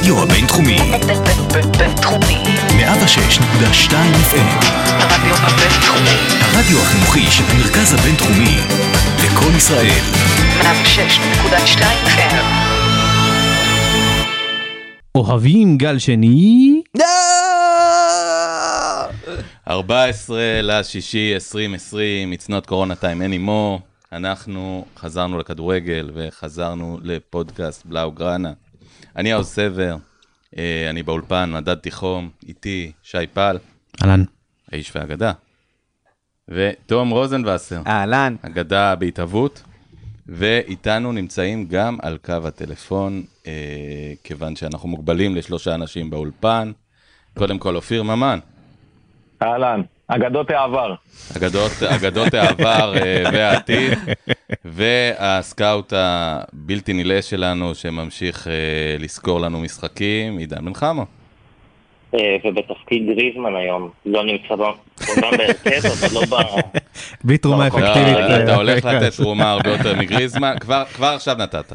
הרדיו הבינתחומי. בינתחומי. 106.2 FM. הרדיו הבינתחומי. הרדיו החינוכי של המרכז הבינתחומי. לקום ישראל. 106.2 FM. אוהבים גל שני? 14/6/2020, it's not corona time anymore. אנחנו חזרנו לכדורגל וחזרנו לפודקאסט בלאוגרנה. אני האוז סבר, אני באולפן, מדד תיכון, איתי שי פל. אהלן. האיש והאגדה. ותום רוזנווסר. אהלן. אגדה בהתהוות. ואיתנו נמצאים גם על קו הטלפון, כיוון שאנחנו מוגבלים לשלושה אנשים באולפן. קודם כל אופיר ממן. אהלן, אגדות העבר. אגדות העבר והעתיד, והסקאוט הבלתי נלאה שלנו שממשיך לזכור לנו משחקים, עידן בן חמו. ובתפקיד גריזמן היום, לא נמצא גם בהרכב, אבל לא ב... בלי תרומה אפקטיבית. אתה הולך לתת תרומה הרבה יותר מגריזמן, כבר עכשיו נתת.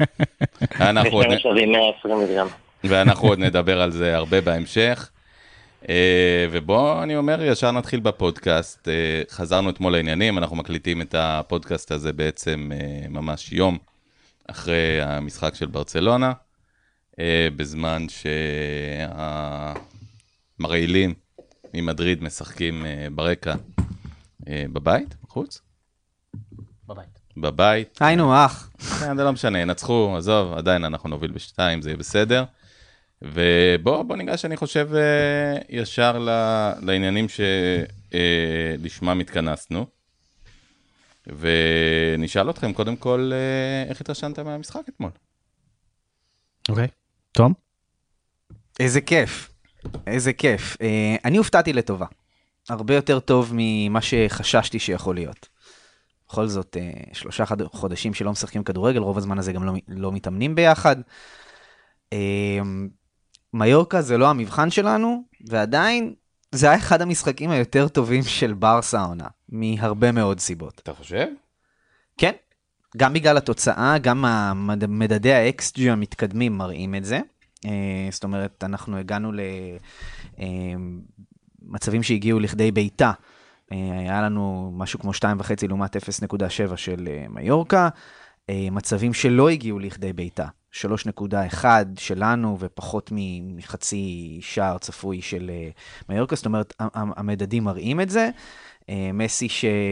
ואנחנו עוד נדבר על זה הרבה בהמשך. ובוא אני אומר ישר נתחיל בפודקאסט. חזרנו אתמול לעניינים, אנחנו מקליטים את הפודקאסט הזה בעצם ממש יום אחרי המשחק של ברצלונה, בזמן שהמרעילים ממדריד משחקים ברקע. בבית? בחוץ? בבית. היינו אח. זה לא משנה, נצחו, עזוב, עדיין אנחנו נוביל בשתיים, זה יהיה בסדר. ובוא ניגש, אני חושב, ישר לעניינים שלשמם התכנסנו. ונשאל אתכם, קודם כל, איך התרשמתם מהמשחק אתמול? אוקיי. תום? איזה כיף. איזה כיף. אני הופתעתי לטובה. הרבה יותר טוב ממה שחששתי שיכול להיות. בכל זאת, 3 חודשים שלא משחקים כדורגל, רוב הזמן הזה גם לא מתאמנים ביחד. מיורקה זה לא המבחן שלנו, ועדיין זה היה אחד המשחקים היותר טובים של ברסה העונה, מהרבה מאוד סיבות. אתה חושב? כן, גם בגלל התוצאה, גם מדדי ה-XG המתקדמים מראים את זה. זאת אומרת, אנחנו הגענו למצבים שהגיעו לכדי ביתה. היה לנו משהו כמו 2.5 לעומת 0.7 של מיורקה, מצבים שלא הגיעו לכדי ביתה. 3.1 שלנו ובפחות מחצי שער צפוי של מיורקה, זאת אומרת, המדדים מראים את זה. מסי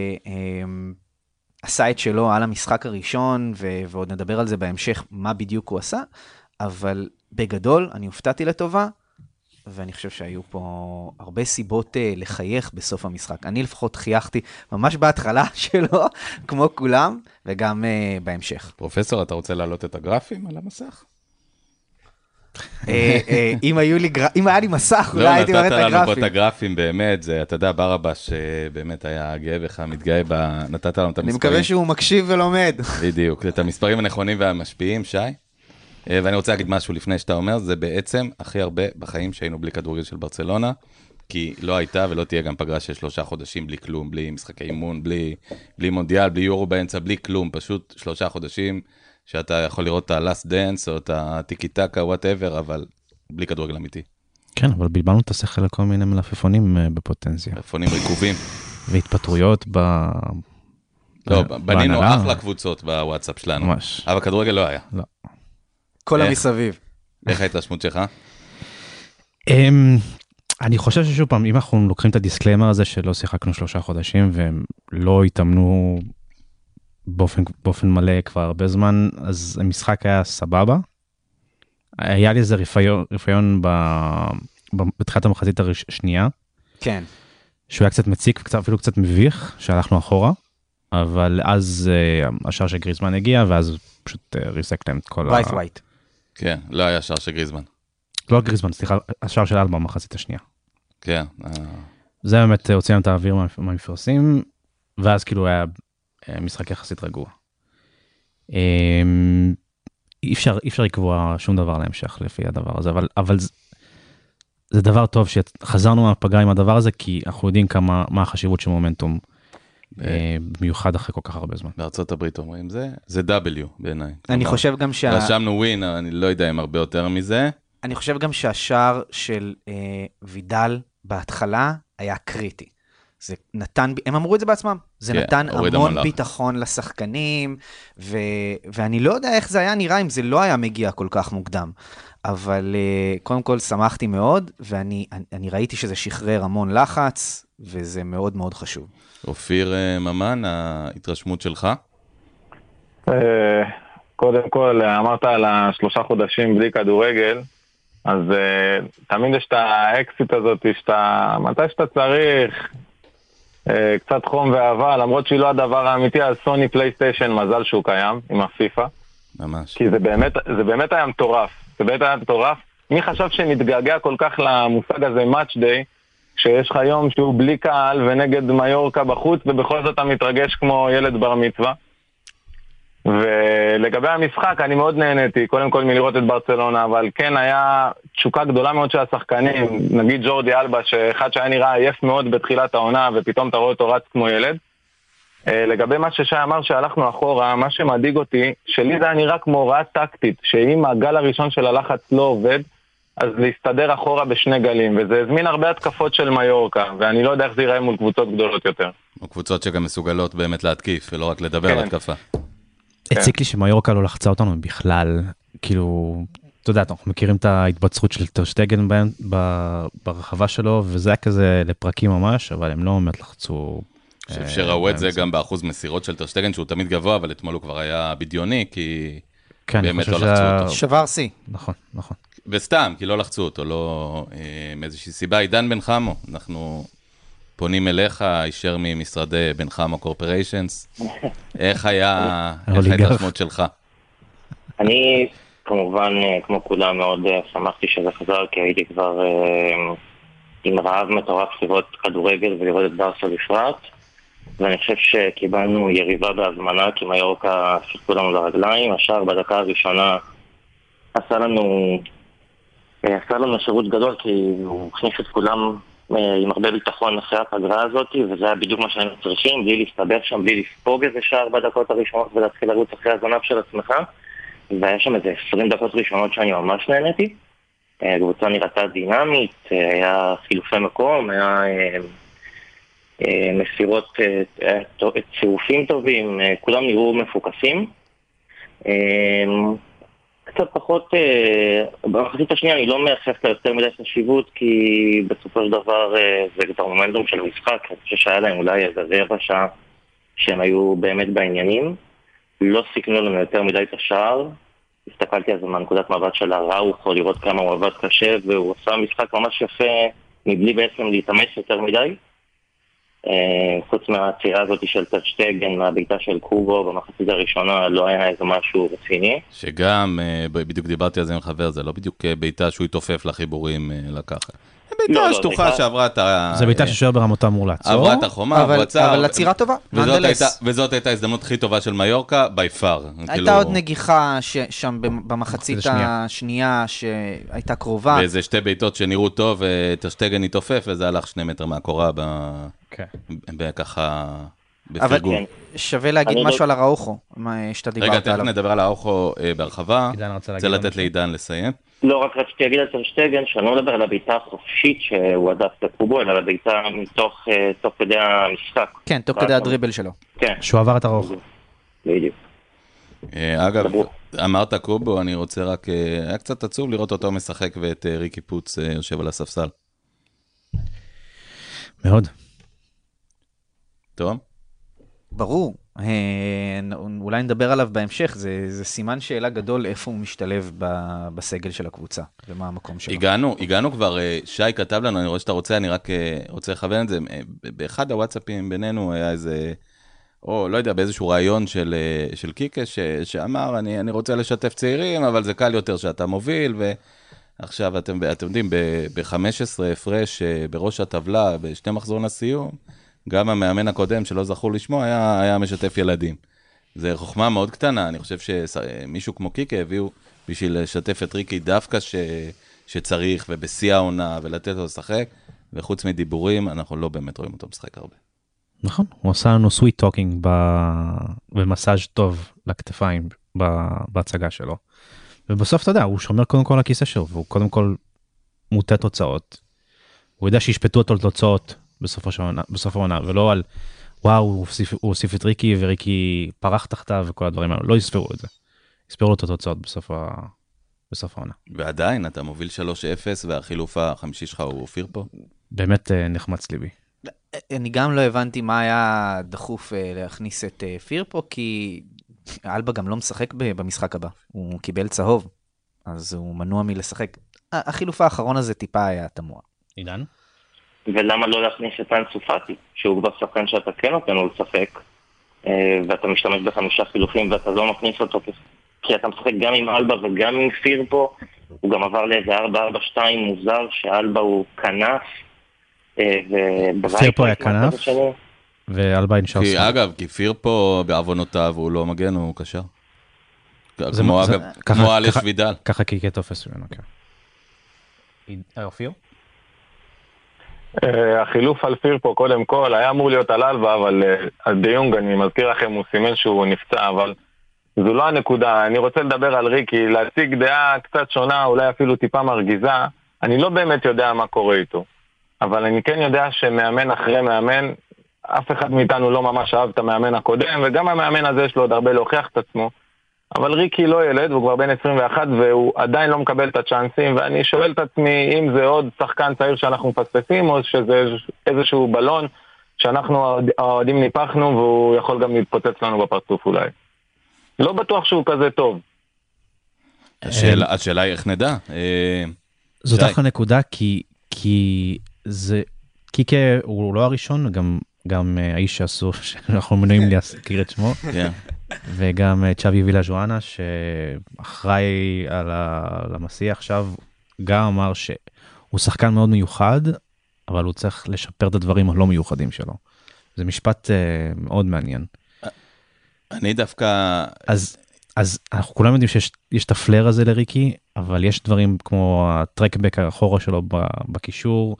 שעשה את שלו על המשחק הראשון, ועוד נדבר על זה בהמשך, מה בדיוק הוא עשה, אבל בגדול אני הופתעתי לטובה, ואני חושב שהיו פה הרבה סיבות לחייך בסוף המשחק. אני לפחות חייכתי ממש בהתחלה שלו, כמו כולם, וגם בהמשך. פרופסור, אתה רוצה להעלות את הגרפים על המסך? אם היה לי מסך, אולי הייתי מראה את לא, נתת לנו פה את הגרפים. הגרפים, באמת, אתה יודע, ברבש באמת היה גאה בך, מתגאה נתת לנו את המספרים. אני מקווה שהוא מקשיב ולומד. בדיוק, את המספרים הנכונים והמשפיעים, שי. ואני רוצה להגיד משהו לפני שאתה אומר, זה בעצם הכי הרבה בחיים שהיינו בלי כדורגל של ברצלונה, כי לא הייתה ולא תהיה גם פגרה של 3 חודשים בלי כלום, בלי משחקי אימון, בלי מונדיאל, בלי יורו באמצע, בלי כלום, פשוט 3 חודשים שאתה יכול לראות את ה-Last Dance או את הטיקי-טקה, whatever, אבל בלי כדורגל אמיתי. כן, אבל בלבלנו את השכל לכל מיני מלפפונים בפוטנציה. מלפפונים ריקובים. והתפטרויות לא, בנינו אחלה קבוצות בוואטסאפ שלנו. ממש. אבל כדורגל לא היה. לא. כל המסביב. איך ההתרשמות שלך? אני חושב ששוב פעם, אם אנחנו לוקחים את הדיסקליימר הזה שלא שיחקנו 3 חודשים והם לא התאמנו באופן מלא כבר הרבה זמן, אז המשחק היה סבבה. היה לי איזה רפיון בתחילת המחצית השנייה. כן. שהוא היה קצת מציק ואפילו קצת מביך, שהלכנו אחורה, אבל אז השער של גריזמן הגיע, ואז פשוט ריסק להם את כל ווייט. כן, לא היה שער של גריזמן. לא גריזמן, סליחה, השער של אלבה במחצית השנייה. כן. זה באמת הוציא להם את האוויר מהמפרשים, ואז כאילו היה משחק יחסית רגוע. אי אפשר לקבוע שום דבר להמשך לפי הדבר הזה, אבל זה דבר טוב שחזרנו מהפגרה עם הדבר הזה, כי אנחנו יודעים מה החשיבות של מומנטום במיוחד אחרי כל כך הרבה זמן. בארצות הברית אומרים זה W בעיניי. אני חושב גם רשמנו ווין, אני לא יודע אם הרבה יותר מזה, אני חושב גם שהשער של וידל בהתחלה היה קריטי. זה נתן, הם אמרו את זה בעצמם, זה נתן המון ביטחון לשחקנים, ואני לא יודע איך זה היה נראה אם זה לא היה מגיע כל כך מוקדם, אבל קודם כל שמחתי מאוד, ואני ראיתי שזה שחרר המון לחץ, וזה מאוד מאוד חשוב. אופיר ממן, ההתרשמות שלך? קודם כל, אמרת על 3 חודשים בלי כדורגל, אז תמיד יש את האקסיט הזאת, מתי שאתה צריך, קצת חום ואהבה, למרות שהיא לא הדבר האמיתי, אז סוני פלייסטיישן מזל שהוא קיים עם הפיפה. ממש. כי זה באמת היה מטורף. זה באמת היה מטורף. מי חשב שנתגעגע כל כך למושג הזה, מאץ' דיי, שיש לך יום שהוא בלי קהל ונגד מיורקה בחוץ, ובכל זאת אתה מתרגש כמו ילד בר מצווה. ולגבי המשחק, אני מאוד נהניתי, קודם כל מלראות את ברצלונה, אבל כן היה תשוקה גדולה מאוד של השחקנים, נגיד ג'ורדי אלבה, שאחד שהיה נראה עייף מאוד בתחילת העונה, ופתאום אתה רואה אותו רץ כמו ילד. לגבי מה ששי אמר שהלכנו אחורה, מה שמדאיג אותי, שלי זה היה נראה כמו הוראה טקטית, שאם הגל הראשון של הלחץ לא עובד, אז להסתדר אחורה בשני גלים, וזה הזמין הרבה התקפות של מיורקה, ואני לא יודע איך זה ייראה מול קבוצות גדולות יותר. או קבוצות שגם מסוגלות באמת להתקיף, ולא רק לדבר על התקפה. הציק לי שמיורקה לא לחצה אותנו בכלל, כאילו, אתה יודע, אנחנו מכירים את ההתבצרות של טרשטגן ברחבה שלו, וזה היה כזה לפרקים ממש, אבל הם לא באמת לחצו. אני חושב שראו את זה גם באחוז מסירות של טרשטגן, שהוא תמיד גבוה, אבל אתמול הוא כבר היה בדיוני, כי באמת לא לחצו אותו. שבר סי. נכון, נכון. וסתם, כי לא לחצו אותו, לא מאיזושהי סיבה. עידן בן חמו, אנחנו פונים אליך, אישר ממשרדי בן חמו קורפריישנס. איך היה ההתרשמות שלך? אני, כמובן, כמו כולם, מאוד שמחתי שזה חזר, כי הייתי כבר עם רעב מטורף לראות כדורגל ולראות את ברסה בפרט, ואני חושב שקיבלנו יריבה בהזמנה, כי מיורקה שיחקו לנו לרגליים. השער בדקה הראשונה עשה לנו שירות גדול, כי הוא הכניס את כולם עם הרבה ביטחון אחרי הפגרה הזאת, וזה היה בדיוק מה שהיינו צריכים, בלי להסתבך שם, בלי לספוג איזה שער בדקות הראשונות ולהתחיל לרוץ אחרי הזנב של עצמך. והיה שם איזה 20 דקות ראשונות שאני ממש נהניתי. הקבוצה נראתה דינמית, היה חילופי מקום, היה מסירות, צירופים טובים, כולם נראו מפוקסים. קצת פחות, במחצית השנייה אני לא מייחס לה יותר מדי חשיבות, כי בסופו של דבר זה כבר מומנטום של המשחק. אני חושב שהיה להם אולי איזה רבע שעה שהם היו באמת בעניינים. לא סיכנו לנו יותר מדי את השער. הסתכלתי על זה מהנקודת מבט של הראוכו, לראות כמה הוא עבד קשה, והוא עשה משחק ממש יפה, מבלי בעצם להתאמץ יותר מדי. חוץ מהצירה הזאת של טרשטגן, מהביתה של קובו, במחצית הראשונה לא היה איזה משהו רציני. שגם, בדיוק דיברתי על זה עם חבר, זה לא בדיוק ביתה שהוא יתופף לחיבורים לקחת. ביתה שטוחה שעברה את ה... זה ביתה ששוער ברמותה אמור לעצור. עברה את החומה, אבל הצירה טובה. וזאת הייתה ההזדמנות הכי טובה של מיורקה, by far. הייתה עוד נגיחה שם במחצית השנייה שהייתה קרובה. ואיזה שתי ביתות שנראו טוב, טרשטגן התעופף, וזה הלך 2 מטר מהקורה, ככה בפרגון. אבל שווה להגיד משהו על הראוכו, שאתה דיברת עליו. רגע, תכף נדבר על הראוכו בהרחבה. רוצה לתת לעידן לסיים. לא, רק רציתי להגיד על טרשטגן, שאני לא מדבר על הביתה החופשית שהוא עדף לקובו, אלא על הביתה תוך כדי המשחק. כן, תוך כדי הדריבל שלו. כן. שהוא עבר את הראוכו. בדיוק. אגב, אמרת קובו, אני רוצה רק, היה קצת עצוב לראות אותו משחק ואת ריקי פוץ יושב על הספסל. מאוד. טוב. ברור, אולי נדבר עליו בהמשך, זה סימן שאלה גדול איפה הוא משתלב בסגל של הקבוצה, ומה המקום שלו. הגענו כבר, שי כתב לנו, אני רואה שאתה רוצה, אני רק רוצה לכוון את זה, באחד הוואטסאפים בינינו היה איזה, או לא יודע, באיזשהו רעיון של קיקה, שאמר, אני רוצה לשתף צעירים, אבל זה קל יותר שאתה מוביל, ועכשיו אתם יודעים, ב-15 הפרש בראש הטבלה, בשתי מחזורים לסיום, גם המאמן הקודם שלא זכו לשמוע, היה משתף ילדים. זה חוכמה מאוד קטנה, אני חושב שמישהו כמו קיקה הביאו בשביל לשתף את ריקי דווקא שצריך, ובשיא העונה, ולתת לו לשחק, וחוץ מדיבורים, אנחנו לא באמת רואים אותו משחק הרבה. נכון, הוא עשה לנו סוויט טוקינג ומסאז' טוב לכתפיים בהצגה שלו. ובסוף אתה יודע, הוא שומר קודם כל על הכיסא שלו, והוא קודם כל מוטה תוצאות. הוא יודע שישפטו אותו על תוצאות בסוף העונה, ולא על, וואו, הוא הוסיף את ריקי, וריקי פרח תחתיו וכל הדברים האלה. לא יספרו את זה. יספרו לו את התוצאות בסוף העונה. ועדיין, אתה מוביל 3-0, והחילוף החמישי שלך הוא אופיר פה? באמת נחמץ ליבי. אני גם לא הבנתי מה היה דחוף להכניס את פירפו, כי אלבה גם לא משחק במשחק הבא. הוא קיבל צהוב, אז הוא מנוע מלשחק. החילוף האחרון הזה טיפה היה תמוה. עידן? ולמה לא להכניס את אנסו פאטי, שהוא כבר שחקן שאתה כן נותן לו לשחק, ואתה משתמש ב5 חילופים ואתה לא מכניס אותו, כי אתה משחק גם עם אלבה וגם עם פירפו, הוא גם עבר לאיזה 4-4-2 מוזר, שאלבה הוא כנף, פירפו היה כנף, ואלבה נשאר סתם. אגב, כי פירפו בעוונותיו הוא לא מגן, הוא קשר. כמו אלש וידל. ככה קיקה תופס ממנו, כן. אופיר? החילוף על פירפו קודם כל היה אמור להיות על אלבה, אבל על דיונג אני מזכיר לכם, הוא סימן שהוא נפצע, אבל זו לא הנקודה. אני רוצה לדבר על ריקי, להציג דעה קצת שונה, אולי אפילו טיפה מרגיזה. אני לא באמת יודע מה קורה איתו, אבל אני כן יודע שמאמן אחרי מאמן, אף אחד מאיתנו לא ממש אהב את המאמן הקודם, וגם המאמן הזה יש לו עוד הרבה להוכיח את עצמו. אבל ריקי לא ילד, הוא כבר בן 21, והוא עדיין לא מקבל את הצ'אנסים, ואני שואל את עצמי אם זה עוד שחקן צעיר שאנחנו מפספסים, או שזה איזשהו בלון שאנחנו האוהדים ניפחנו, והוא יכול גם להתפוצץ לנו בפרצוף אולי. לא בטוח שהוא כזה טוב. השאלה היא איך נדע. זאת אחלה נקודה, כי קיקה הוא לא הראשון, גם האיש שאסור, שאנחנו מנועים להזכיר את שמו. כן. וגם צ'אבי וילה ז'ואנה, שאחראי על המסיע עכשיו, גם אמר שהוא שחקן מאוד מיוחד, אבל הוא צריך לשפר את הדברים הלא מיוחדים שלו. זה משפט מאוד מעניין. אני דווקא... אז אנחנו כולם יודעים שיש את הפלר הזה לריקי, אבל יש דברים כמו הטרקבק האחורה שלו בקישור,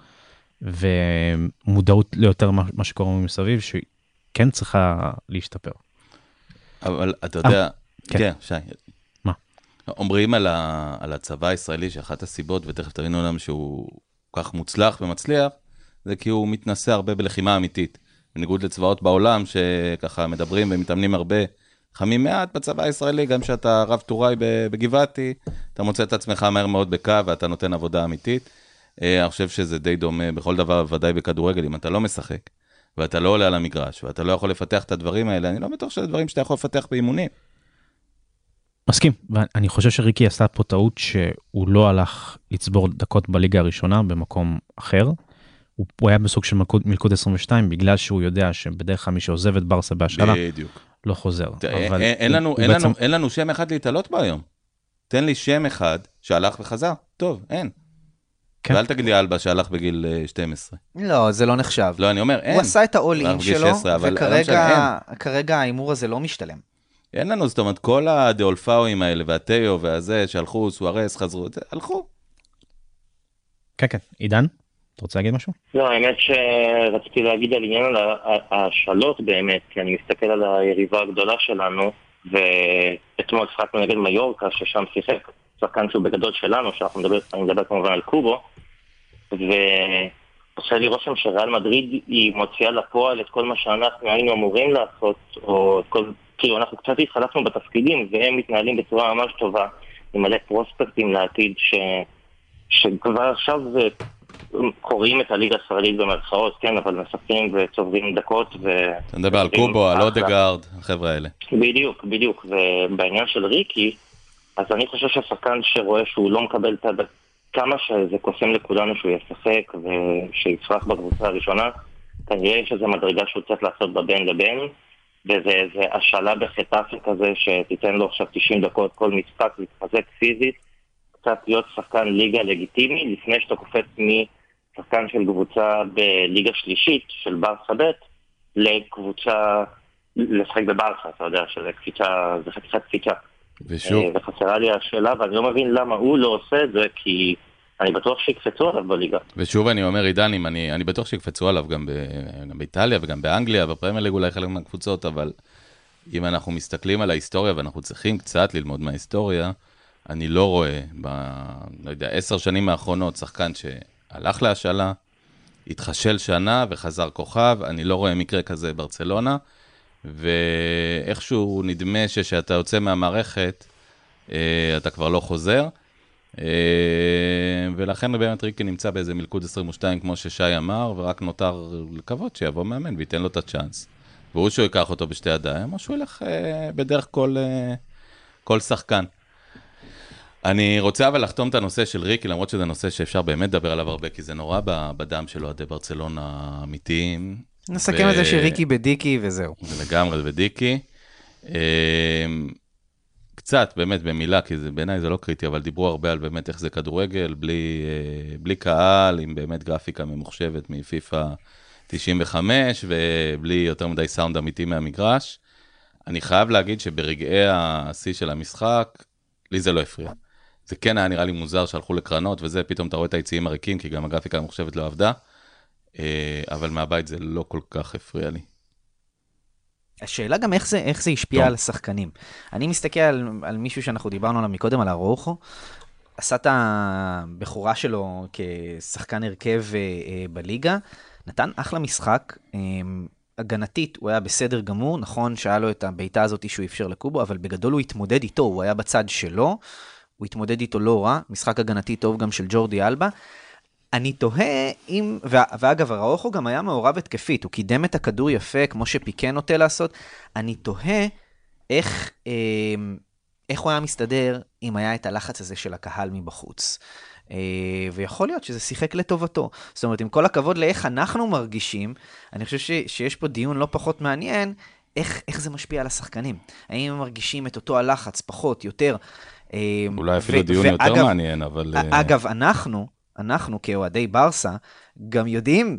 ומודעות ליותר מה שקורה מסביב, שכן צריכה להשתפר. אבל אתה יודע, כן, שי. מה? אומרים על הצבא הישראלי שאחת הסיבות, ותכף תבינו למה שהוא כך מוצלח ומצליח, זה כי הוא מתנסה הרבה בלחימה אמיתית. בניגוד לצבאות בעולם שככה מדברים ומתאמנים הרבה, חמים מעט בצבא הישראלי, גם שאתה רב טוראי בגבעתי, אתה מוצא את עצמך מהר מאוד בקו ואתה נותן עבודה אמיתית. אני חושב שזה די דומה בכל דבר, ודאי בכדורגל, אם אתה לא משחק. ואתה לא עולה על המגרש, ואתה לא יכול לפתח את הדברים האלה, אני לא בטוח שזה דברים שאתה יכול לפתח באימונים. מסכים, ואני חושב שריקי עשה פה טעות שהוא לא הלך לצבור דקות בליגה הראשונה במקום אחר, הוא היה בסוג של מלכוד 22, בגלל שהוא יודע שבדרך כלל מי שעוזב את ברסה בהשאלה, לא חוזר. אין לנו שם אחד להתעלות בו היום. תן לי שם אחד שהלך וחזר, טוב, אין. ואל תגיד לי אלבה שהלך בגיל 12. לא, זה לא נחשב. לא, אני אומר, אין. הוא עשה את האול-אין שלו, וכרגע האימור הזה לא משתלם. אין לנו, זאת אומרת, כל הדאולפאוים האלה, והטאו והזה, שהלכו, סוארס, חזרו, הלכו. כן, כן. עידן, אתה רוצה להגיד משהו? לא, האמת שרציתי להגיד על עניין השאלות באמת, כי אני מסתכל על היריבה הגדולה שלנו, ואתמול שחקנו נגד מיורקה, ששם שיחק שחקן שהוא בגדול שלנו, אני מדבר כמובן על קובו, ועושה לי רושם שריאל מדריד היא מוציאה לפועל את כל מה שאנחנו היינו אמורים לעשות, או את כל, כאילו אנחנו קצת התחלפנו בתפקידים, והם מתנהלים בצורה ממש טובה, עם מלא פרוספקטים לעתיד, שכבר עכשיו קוראים את הליגה הישראלית במרכאות, כן, אבל משחקים וצוברים דקות. אתה מדבר על קובו, על אודגארד, החבר'ה האלה. בדיוק, בדיוק, ובעניין של ריקי, אז אני חושב שהשחקן שרואה שהוא לא מקבל את כמה שזה קוסם לכולנו שהוא ישחק ושיצרח בקבוצה הראשונה, כנראה שזה מדרגה שהוא צריך לעשות בבין לבין, וזה השאלה בחטאפי כזה שתיתן לו עכשיו 90 דקות כל משחק להתחזק פיזית, קצת להיות שחקן ליגה לגיטימי, לפני שאתה קופץ משחקן של קבוצה בליגה שלישית של ברסה ב' לקבוצה, לשחק בברסה, אתה יודע, שזה קפיצה, זה חתיכת קפיצה. וחסרה לי השאלה, ואני לא מבין למה הוא לא עושה את זה, כי אני בטוח שיקפצו עליו בליגה. ושוב אני אומר, עידן, אני בטוח שיקפצו עליו גם באיטליה וגם באנגליה, בפרמייר ליג אולי חלק מהקבוצות, אבל אם אנחנו מסתכלים על ההיסטוריה, ואנחנו צריכים קצת ללמוד מההיסטוריה, אני לא רואה, לא יודע, 10 שנים האחרונות, שחקן שהלך להשאלה, התחשל שנה וחזר כוכב, אני לא רואה מקרה כזה ברצלונה, ואיכשהו נדמה שאתה יוצא מהמערכת, אתה כבר לא חוזר, ולכן באמת ריקי נמצא באיזה מלכוד 22, כמו ששי אמר, ורק נותר לקוות שיבוא מאמן וייתן לו את הצ'אנס. והוא שהוא ייקח אותו בשתי ידיים, או שהוא ילך בדרך כל שחקן. אני רוצה אבל לחתום את הנושא של ריקי, למרות שזה נושא שאפשר באמת לדבר עליו הרבה, כי זה נורא בדם של אוהדי ברצלונה האמיתיים. נסכם את זה שריקי בדיקי וזהו. לגמרי בדיקי. קצת, באמת, במילה, כי בעיניי זה לא קריטי, אבל דיברו הרבה על באמת איך זה כדורגל, בלי קהל, עם באמת גרפיקה ממוחשבת מפיפה 95, ובלי יותר מדי סאונד אמיתי מהמגרש. אני חייב להגיד שברגעי השיא של המשחק, לי זה לא הפריע. זה כן היה נראה לי מוזר שהלכו לקרנות, וזה פתאום אתה רואה את היציאים הריקים, כי גם הגרפיקה המוחשבת לא עבדה, אבל מהבית זה לא כל כך הפריע לי. השאלה גם איך זה השפיע על השחקנים. אני מסתכל על מישהו שאנחנו דיברנו עליו מקודם, על אראוחו, עשה את הבחורה שלו כשחקן הרכב בליגה, נתן אחלה משחק, הגנתית הוא היה בסדר גמור, נכון שהיה לו את הביתה הזאת שהוא אפשר לקובו, אבל בגדול הוא התמודד איתו, הוא היה בצד שלו, הוא התמודד איתו לא רע, משחק הגנתי טוב גם של ג'ורדי אלבה, אני תוהה אם, ואגב, אראוחו גם היה מעורב התקפית, הוא קידם את הכדור יפה, כמו שפיקה נוטה לעשות, אני תוהה איך הוא היה מסתדר אם היה את הלחץ הזה של הקהל מבחוץ. ויכול להיות שזה שיחק לטובתו. זאת אומרת, עם כל הכבוד לאיך אנחנו מרגישים, אני חושב שיש פה דיון לא פחות מעניין, איך זה משפיע על השחקנים. האם הם מרגישים את אותו הלחץ, פחות, יותר. אולי אפילו דיון יותר מעניין, אבל... אגב, אנחנו כאוהדי ברסה, גם יודעים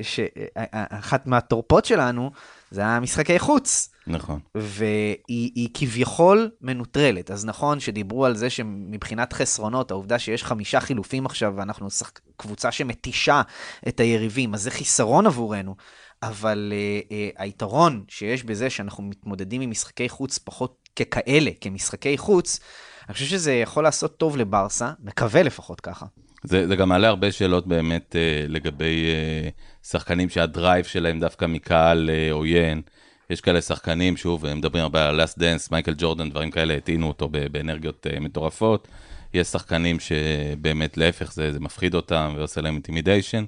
שאחת מהתורפות שלנו, זה המשחקי חוץ. נכון. והיא כביכול מנוטרלת. אז נכון שדיברו על זה שמבחינת חסרונות, העובדה שיש 5 חילופים עכשיו, ואנחנו קבוצה שמתישה את היריבים, אז זה חיסרון עבורנו. אבל היתרון שיש בזה שאנחנו מתמודדים עם משחקי חוץ פחות ככאלה, כמשחקי חוץ, אני חושב שזה יכול לעשות טוב לברסה, מקווה לפחות ככה. זה גם מעלה הרבה שאלות באמת לגבי שחקנים שהדרייב שלהם דווקא מקהל עוין. יש כאלה שחקנים, שוב, הם מדברים הרבה על Last Dance, מייקל ג'ורדן, דברים כאלה, הטעינו אותו באנרגיות מטורפות. יש שחקנים שבאמת להפך, זה מפחיד אותם ועושה להם אינטימידיישן.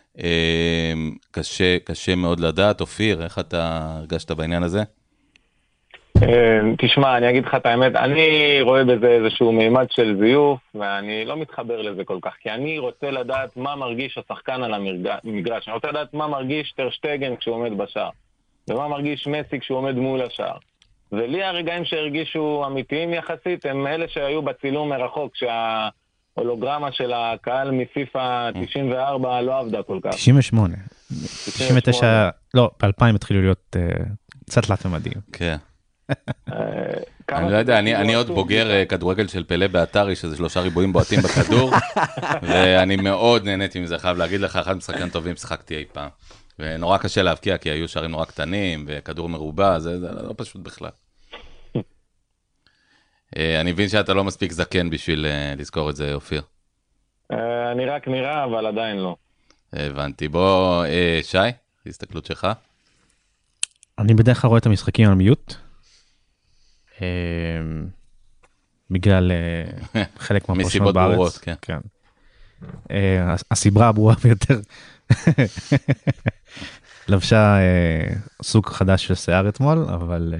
קשה מאוד לדעת. אופיר, איך אתה הרגשת בעניין הזה? תשמע, אני אגיד לך את האמת, אני רואה בזה איזשהו מימד של זיוף, ואני לא מתחבר לזה כל כך, כי אני רוצה לדעת מה מרגיש השחקן על המגרש, אני רוצה לדעת מה מרגיש טר שטגן כשהוא עומד בשער, ומה מרגיש מסי כשהוא עומד מול השער. ולי הרגעים שהרגישו אמיתיים יחסית, הם אלה שהיו בצילום מרחוק, שההולוגרמה של הקהל מפיפה 94 לא עבדה כל כך. 98. 99, לא, ב-2000 התחילו להיות קצת תלת ממדים. כן. אני לא יודע, אני עוד בוגר כדורגל של פלא באתרי, שזה 3 ריבועים בועטים בכדור, ואני מאוד נהניתי מזה, חייב להגיד לך, אחד משחקנים טובים שחקתי אי פעם. ונורא קשה להבקיע, כי היו שערים נורא קטנים, וכדור מרובע, זה לא פשוט בכלל. אני מבין שאתה לא מספיק זקן בשביל לזכור את זה, אופיר. אני רק נראה, אבל עדיין לא. הבנתי. בוא, שי, הסתכלות שלך. אני בדרך כלל רואה את המשחקים על מיוט. בגלל חלק מהפרשנות בארץ. ברורות, כן. הסיברה הברורה ביותר לבשה סוג חדש של שיער אתמול, אבל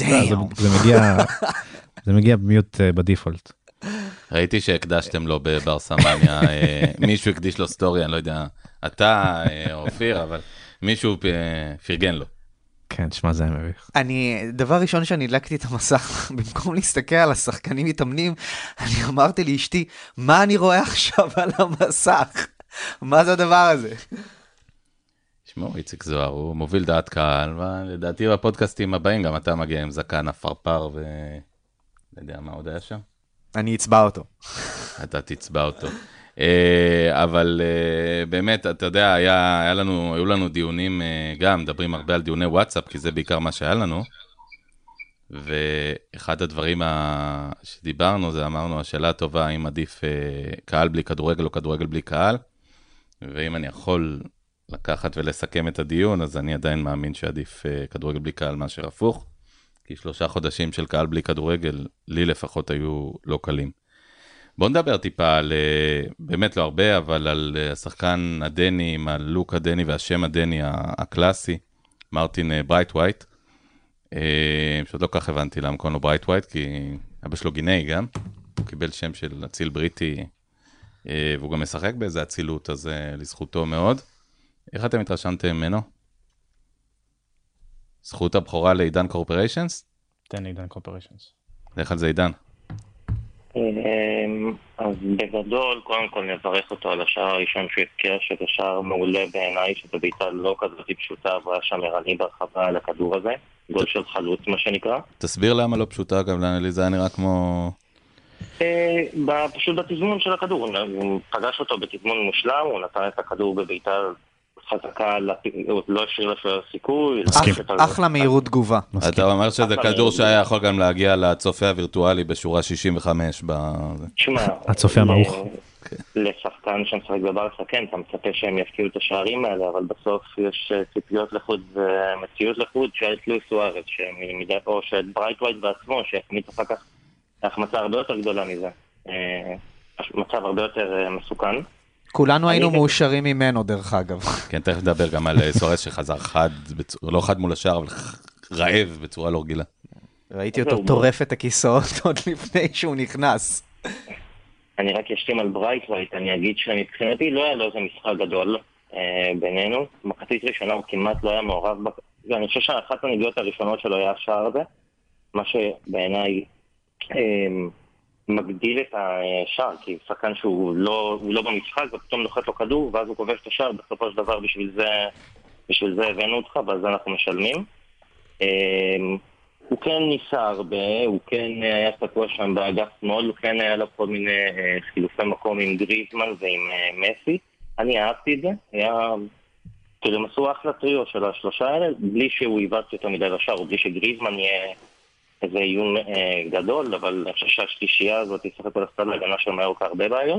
זה מגיע במיוט בדיפולט. ראיתי שהקדשתם לו בברסמניה, מישהו הקדיש לו סטורי, אני לא יודע, אתה אופיר, אבל מישהו פרגן לו. כן, תשמע, זה מביך. דבר ראשון שאני הדלקתי את המסך, במקום להסתכל על השחקנים מתאמנים, אני אמרתי לאשתי, מה אני רואה עכשיו על המסך? מה זה הדבר הזה? שמעו, איציק זוהר, הוא מוביל דעת קהל, ולדעתי בפודקאסטים הבאים גם אתה מגיע עם זקן הפרפר, לא יודע מה עוד היה שם? אני אצבע אותו. אתה תצבע אותו. אבל באמת, אתה יודע, היו לנו דיונים, גם מדברים הרבה על דיוני וואטסאפ, כי זה בעיקר מה שהיה לנו, ואחד הדברים שדיברנו, זה אמרנו, השאלה הטובה, האם עדיף קהל בלי כדורגל או כדורגל בלי קהל, ואם אני יכול לקחת ולסכם את הדיון, אז אני עדיין מאמין שעדיף כדורגל בלי קהל מאשר הפוך, כי 3 חודשים של קהל בלי כדורגל, לי לפחות היו לא קלים. בואו נדבר טיפה על, באמת לא הרבה, אבל על השחקן הדני, עם הלוק הדני והשם הדני הקלאסי, מרטין ברייטווייט, שעוד לא כך הבנתי למה קוראים לו ברייטווייט, כי אבא שלו גינאי גם, הוא קיבל שם של אציל בריטי, והוא גם משחק באיזה אצילות, אז לזכותו מאוד. איך אתם התרשמתם ממנו? זכות הבכורה לעידן קורפוריישנס? תן עידן קורפוריישנס. לך על זה עידן. אז בגדול, קודם כל נברך אותו על השער הראשון שהוא הזכיר, שזה שער מעולה בעיניי, שזה בעיטה לא כזאת פשוטה, והוא היה שם ערני ברחבה על הכדור הזה, גול של חלוץ מה שנקרא. תסביר למה לא פשוטה, גם לי זה היה נראה כמו... פשוט בתזמון של הכדור, הוא פגש אותו בתזמון מושלם, הוא נתן את הכדור בבעיטה חזקה, לא השאיר לשוער סיכוי. אחלה מהירות תגובה. אתה אומר שזה כדור שהיה יכול גם להגיע לצופה הווירטואלי בשורה 65. הצופה המעוך. לשחקן שמשחק בברסה, כן, אתה מצפה שהם יפקיעו את השערים האלה, אבל בסוף יש ציפיות לחוד ומציאות לחוד שאת לואיס סוארז, או שאת ברייטווייט בעצמו, שהחמיץ אחר כך החמצה הרבה יותר גדולה מזה. מצב הרבה יותר מסוכן. כולנו היינו מאושרים ממנו, דרך אגב. כן, תכף נדבר גם על סוארז שחזר חד, לא חד מול השער, אבל רעב בצורה לא רגילה. ראיתי אותו טורף את הכיסאות עוד לפני שהוא נכנס. אני רק אשלים על ברייטווייט, אני אגיד שמבחינתי לא היה לו איזה משחק גדול בינינו. מחצית ראשונה הוא כמעט לא היה מעורב, ואני חושב שאחת הנגיעות הראשונות שלו היה השער הזה, מה שבעיניי מגדיל את השער, כי שחקן שהוא לא במשחק, ופתאום נוחת לו כדור, ואז הוא כובש את השער, בסופו של דבר בשביל זה הבאנו אותך, ועל זה אנחנו משלמים. הוא כן ניסה הרבה, הוא כן היה תקוע שם באגף שמאל, הוא כן היה לו כל מיני חילופי מקום עם גריזמן ועם מסי. אני אהבתי את זה, כאילו הם עשו אחלה טריו של השלושה האלה, בלי שהוא היבץ יותר מדי לשער, או בלי שגריזמן יהיה איזה איום גדול, אבל אני חושב שהשלישייה הזאת ישחק על הסטד להגנה של מיורקה הרבה בעיות.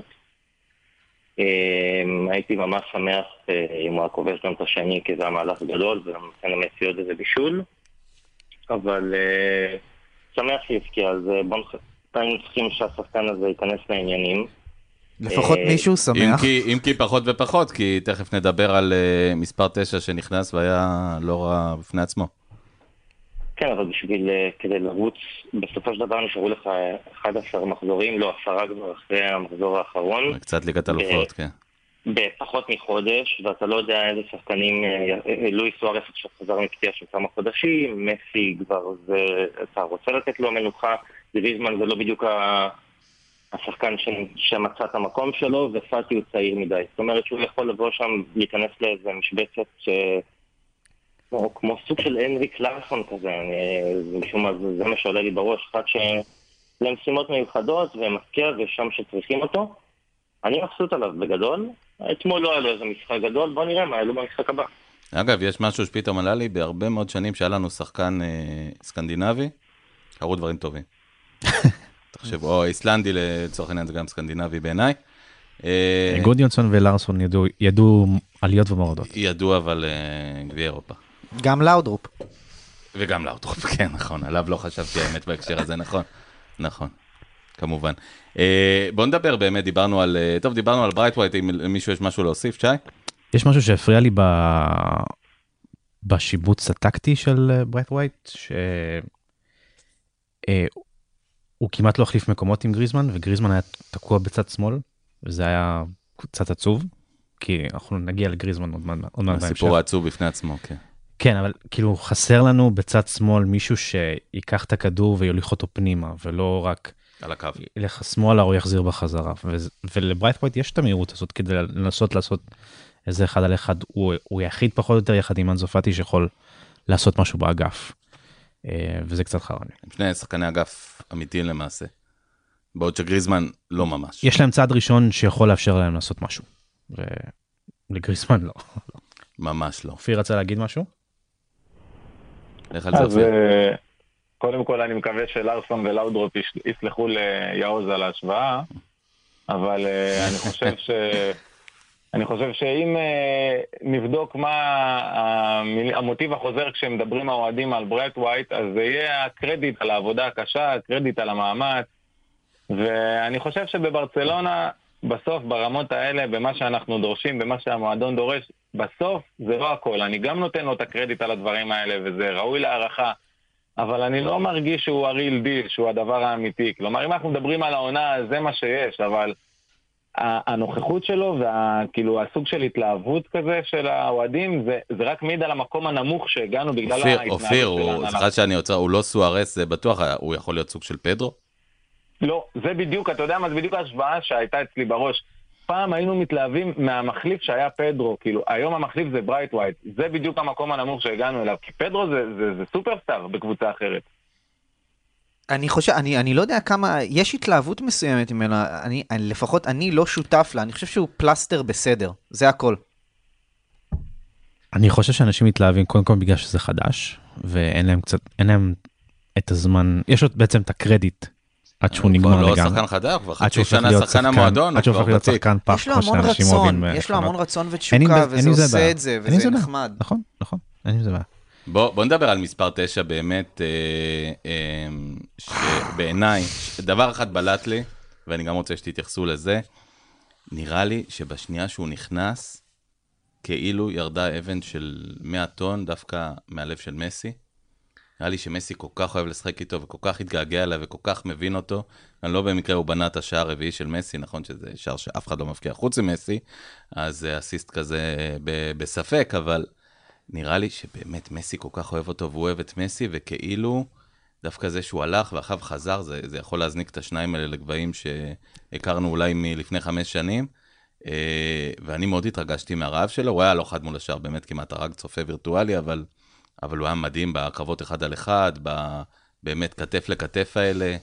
הייתי ממש שמח אם הוא הכובש גם את השני, כי זה המהלך גדול, ונותן להם עוד איזה בישול. אבל שמח שהפקיע, אז בואו צריכים שהשחקן הזה ייכנס לעניינים. לפחות מישהו שמח. אם כי פחות ופחות, כי תכף נדבר על מספר 9 שנכנס והיה לא רע בפני עצמו. כן, אבל כדי לרוץ, בסופו של דבר נשארו לך 11 מחזורים, לא 10 כבר אחרי המחזור האחרון. קצת ליגת אלופות, כן. בפחות מחודש, ואתה לא יודע איזה שחקנים, לואיס סוארז שחזר מפציעה של כמה חודשים, מסי כבר, אתה רוצה לתת לו מנוחה, גריזמן זה לא בדיוק השחקן שמצא את המקום שלו, ופאטי הוא צעיר מדי. זאת אומרת שהוא יכול לבוא שם, להיכנס לאיזה משבצת כמו סוג של הנרי קלרסון כזה, זה מה שעולה לי בראש, אחד שלמשימות מיוחדות ומזכיר ושם שצריכים אותו. אני מבסוט עליו בגדול, אתמול לא היה לו איזה משחק גדול, בוא נראה מה היה לו במשחק הבא. אגב, יש משהו שפתאום עלה לי, בהרבה מאוד שנים שהיה לנו שחקן סקנדינבי, קרו דברים טובים. תחשבו, או איסלנדי לצורך העניין, זה גם סקנדינבי בעיניי. גודיונסון ולארסון ידעו עליות ומורדות. ידעו אבל גביע אירופה. גם לאודרופ. וגם לאודרופ, כן, נכון. עליו לא חשבתי האמת בהקשר הזה, נכון. נכון, כמובן. בואו נדבר באמת, דיברנו על ברייטווייט, אם למישהו יש משהו להוסיף, שי? יש משהו שהפריע לי בשיבוץ הטקטי של ברייטווייט, שהוא כמעט לא החליף מקומות עם גריזמן, וגריזמן היה תקוע בצד שמאל, וזה היה קצת עצוב, כי אנחנו נגיע לגריזמן עוד מעט בהמשך. הסיפור העצוב בפני עצמו, כן. כן, אבל כאילו חסר לנו בצד שמאל מישהו שיקח את הכדור ויוליך אותו פנימה, ולא רק על הקו. ילך שמאלה או יחזיר בחזרה. ולברייטווייט יש את המהירות הזאת כדי לנסות לעשות איזה אחד על אחד. הוא יחיד פחות או יותר יחד עם אנזו פאטי שיכול לעשות משהו באגף. וזה קצת חרני. שני שחקני אגף אמיתיים למעשה. בעוד שגריזמן לא ממש. יש להם צעד ראשון שיכול לאפשר להם לעשות משהו. ולגריזמן לא. ממש לא. אופיר רצה להגיד משהו? לך על זה אופיר. קודם כל אני מקווה שלארסון ולאודרופ יסלחו ליעוז על ההשוואה, אבל אני חושב שאם נבדוק מה המוטיב החוזר כשמדברים האוהדים על ברייט ווייט, אז זה יהיה הקרדיט על העבודה הקשה, הקרדיט על המאמץ, ואני חושב שבברצלונה, בסוף ברמות האלה, במה שאנחנו דורשים, במה שהמועדון דורש, בסוף זה לא הכל. אני גם נותן לו את הקרדיט על הדברים האלה, וזה ראוי להערכה, אבל אני לא מרגיש שהוא הריל דיל, שהוא הדבר האמיתי. כלומר, אם אנחנו מדברים על העונה, זה מה שיש, אבל הנוכחות שלו וכאילו הסוג של התלהבות כזה של האוהדים, זה רק מעיד על המקום הנמוך שהגענו בגלל ההתנהלות שלנו. אופיר, סליחה שאני יוצא, הוא לא סוארס, זה בטוח, הוא יכול להיות סוג של פדרו? לא, זה בדיוק, אתה יודע מה, זה בדיוק ההשוואה שהייתה אצלי בראש. פעם היינו מתלהבים מהמחליף שהיה פדרו, כאילו, היום המחליף זה ברייט ווייט. זה בדיוק המקום הנמוך שהגענו אליו, כי פדרו זה סופרסטאר בקבוצה אחרת. אני לא יודע כמה, יש התלהבות מסוימת ממנו, לפחות אני לא שותף לה, אני חושב שהוא פלסטר בסדר, זה הכל. אני חושב שאנשים מתלהבים קודם כל בגלל שזה חדש, ואין להם את הזמן, יש לו בעצם את הקרדיט, עד שהוא נגמר לגמרי. הוא לא שחקן חדש, כבר חצי שנה שחקן המועדון, עד שהוא הופך להיות שחקן פח, יש לו המון רצון, יש לו המון רצון ותשוקה, וזה עושה את זה, וזה נחמד. נכון, אין עם זה בעיה. בוא נדבר על מספר 9 באמת, שבעיניי, דבר אחד בלט לי, ואני גם רוצה שתתייחסו לזה, נראה לי שבשנייה שהוא נכנס, כאילו ירדה אבן של 100 טון, דווקא מהלב של מסי. נראה לי שמסי כל כך אוהב לשחק איתו, וכל כך התגעגע אליו, וכל כך מבין אותו. אני לא במקרה הוא בנה את השער הרביעי של מסי, נכון שזה שער שאף אחד לא מפקיע חוץ ממסי, אז זה אסיסט כזה בספק, אבל נראה לי שבאמת מסי כל כך אוהב אותו, והוא אוהב את מסי, וכאילו דווקא זה שהוא הלך ואחריו חזר, זה יכול להזניק את השניים האלה לגבהים שהכרנו אולי מלפני 5 שנים, ואני מאוד התרגשתי מהרעב שלו, הוא היה לא חד מול השער, באמת כמעט הרג צופה וירטואלי, אבל הוא היה מדהים בקרבות 1 על 1, באמת כתף לכתף האלה.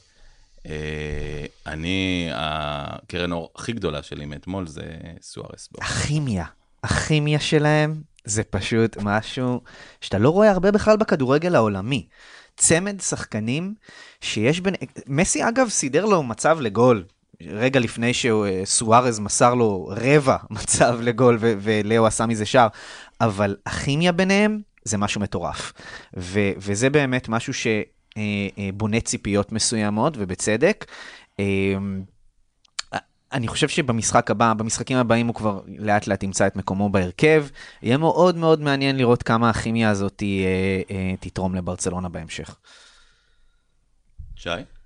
הקרן אור הכי גדולה שלי מאתמול זה סוארס. הכימיה שלהם זה פשוט משהו שאתה לא רואה הרבה בכלל בכדורגל העולמי. צמד שחקנים שיש בין... מסי אגב סידר לו מצב לגול, רגע לפני שסוארז מסר לו רבע מצב לגול ולאו עשה מזה שער, אבל הכימיה ביניהם זה משהו מטורף. וזה באמת משהו שבונה ציפיות מסוימות ובצדק. אני חושב במשחקים הבאים הוא כבר לאט לאט ימצא את מקומו בהרכב. יהיה מאוד מאוד מעניין לראות כמה הכימיה הזאת תתרום לברצלונה בהמשך. שי?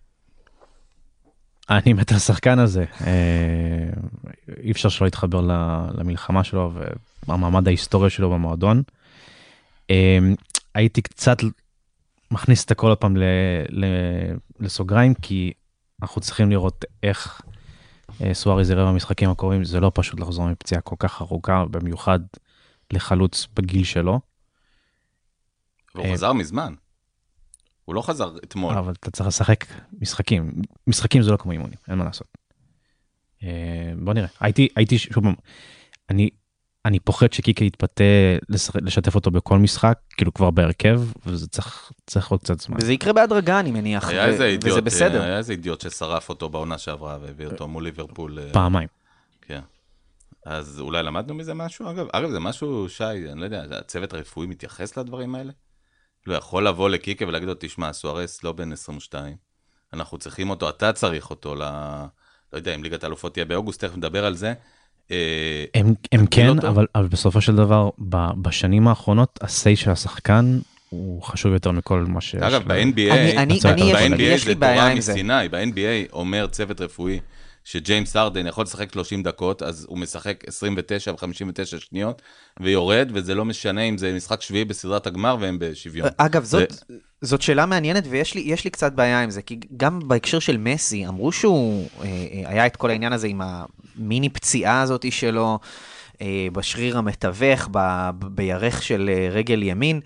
אני מת על השחקן הזה. אי אפשר שלא להתחבר למלחמה שלו והמעמד ההיסטוריה שלו במועדון. הייתי קצת מכניס את הכל הפעם לסוגריים, כי אנחנו צריכים לראות איך סוארז יראה במשחקים הקרובים. זה לא פשוט לחזור מפציעה כל כך ארוכה, במיוחד לחלוץ בגיל שלו. והוא חזר מזמן. הוא לא חזר אתמול. אבל אתה צריך לשחק משחקים. משחקים זה לא כמו אימונים, אין מה לעשות. בוא נראה. הייתי שוב, אני פוחד שקיקה יתפתה לשתף אותו בכל משחק, כאילו כבר בהרכב, וזה צריך עוד קצת זמן. וזה יקרה בהדרגה, אני מניח, וזה בסדר. היה איזה אידיוט ששרף אותו בעונה שעברה, והביא אותו מול ליברפול. פעמיים. כן. אז אולי למדנו מזה משהו? אגב, זה משהו, שי, אני לא יודע, הצוות הרפואי מתייחס לדברים האלה? לא יכול לבוא לקיקה ולהגיד לו, תשמע, סוארס לא בן 22, אנחנו צריכים אותו, אתה צריך אותו, לא יודע, אם ליגת האלופות תהיה באוגוסט, תכף נדבר על זה. הם כן, אבל בסופו של דבר, בשנים האחרונות, הסי של השחקן הוא חשוב יותר מכל מה ש... אגב, ב-NBA זה תורה מסיני, ב-NBA אומר צוות רפואי, שג'יימס הרדן יכול לשחק 30 דקות, אז הוא משחק 29 ו-59 שניות, ויורד, וזה לא משנה אם זה משחק שביעי בסדרת הגמר, והם בשוויון. אגב, זאת שאלה מעניינת, ויש לי קצת בעיה עם זה, כי גם בהקשר של מסי, אמרו שהוא היה את כל העניין הזה עם המיני פציעה הזאת שלו, בשריר המתווך, בירך של רגל ימין,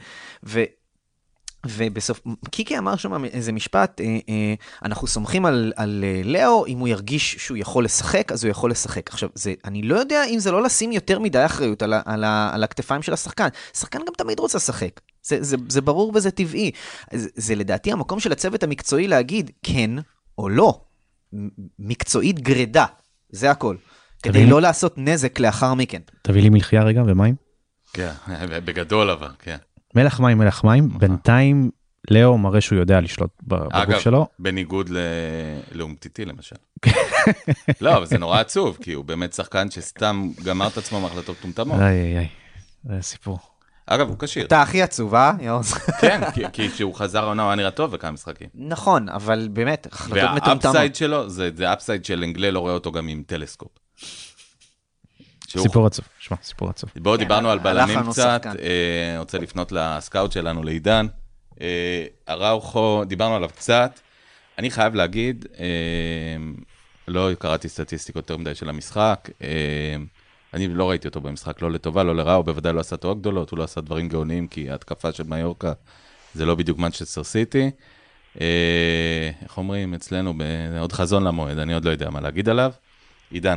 ובסוף, קיקי אמר שם איזה משפט, אנחנו סומכים על לאו, אם הוא ירגיש שהוא יכול לשחק, אז הוא יכול לשחק. עכשיו, אני לא יודע אם זה לא לשים יותר מדי אחריות על הכתפיים של השחקן. השחקן גם תמיד רוצה לשחק. זה ברור וזה טבעי. זה לדעתי המקום של הצוות המקצועי להגיד כן או לא. מקצועית גרדה, זה הכל. כדי לא לעשות נזק לאחר מכן. תביא לי מלחייה רגע ומים. כן, בגדול אבל, כן. מלח מים, בינתיים לאו מראה שהוא יודע לשלוט בגוף שלו. אגב, בניגוד לאומטיטי למשל. לא, אבל זה נורא עצוב, כי הוא באמת שחקן שסתם גמר את עצמו מהחלטות טומטמות. זה סיפור. אגב, הוא קשיר. אתה הכי עצוב, יוז? כן, כי כשהוא חזר העונה, הוא היה נראה טוב וכמה משחקים. נכון, אבל באמת, החלטות מטומטמות. והאפסייד שלו, זה אפסייד של אנגלה, לא רואה אותו גם עם טלסקופ. סיפור עצוב, שמע, סיפור עצוב. בואו דיברנו על בלמים קצת, רוצה לפנות לסקאוט שלנו, לעידן. אראוחו, דיברנו עליו קצת. אני חייב להגיד, לא קראתי סטטיסטיקות יותר מדי של המשחק, אני לא ראיתי אותו במשחק, לא לטובה, לא לרע, הוא בוודאי לא עשה תואר גדולות, הוא לא עשה דברים גאוניים, כי ההתקפה של מיורקה זה לא בדיוק מנצ'סטר סיטי. איך אומרים אצלנו, עוד חזון למועד, אני עוד לא יודע מה להגיד עליו. עידן.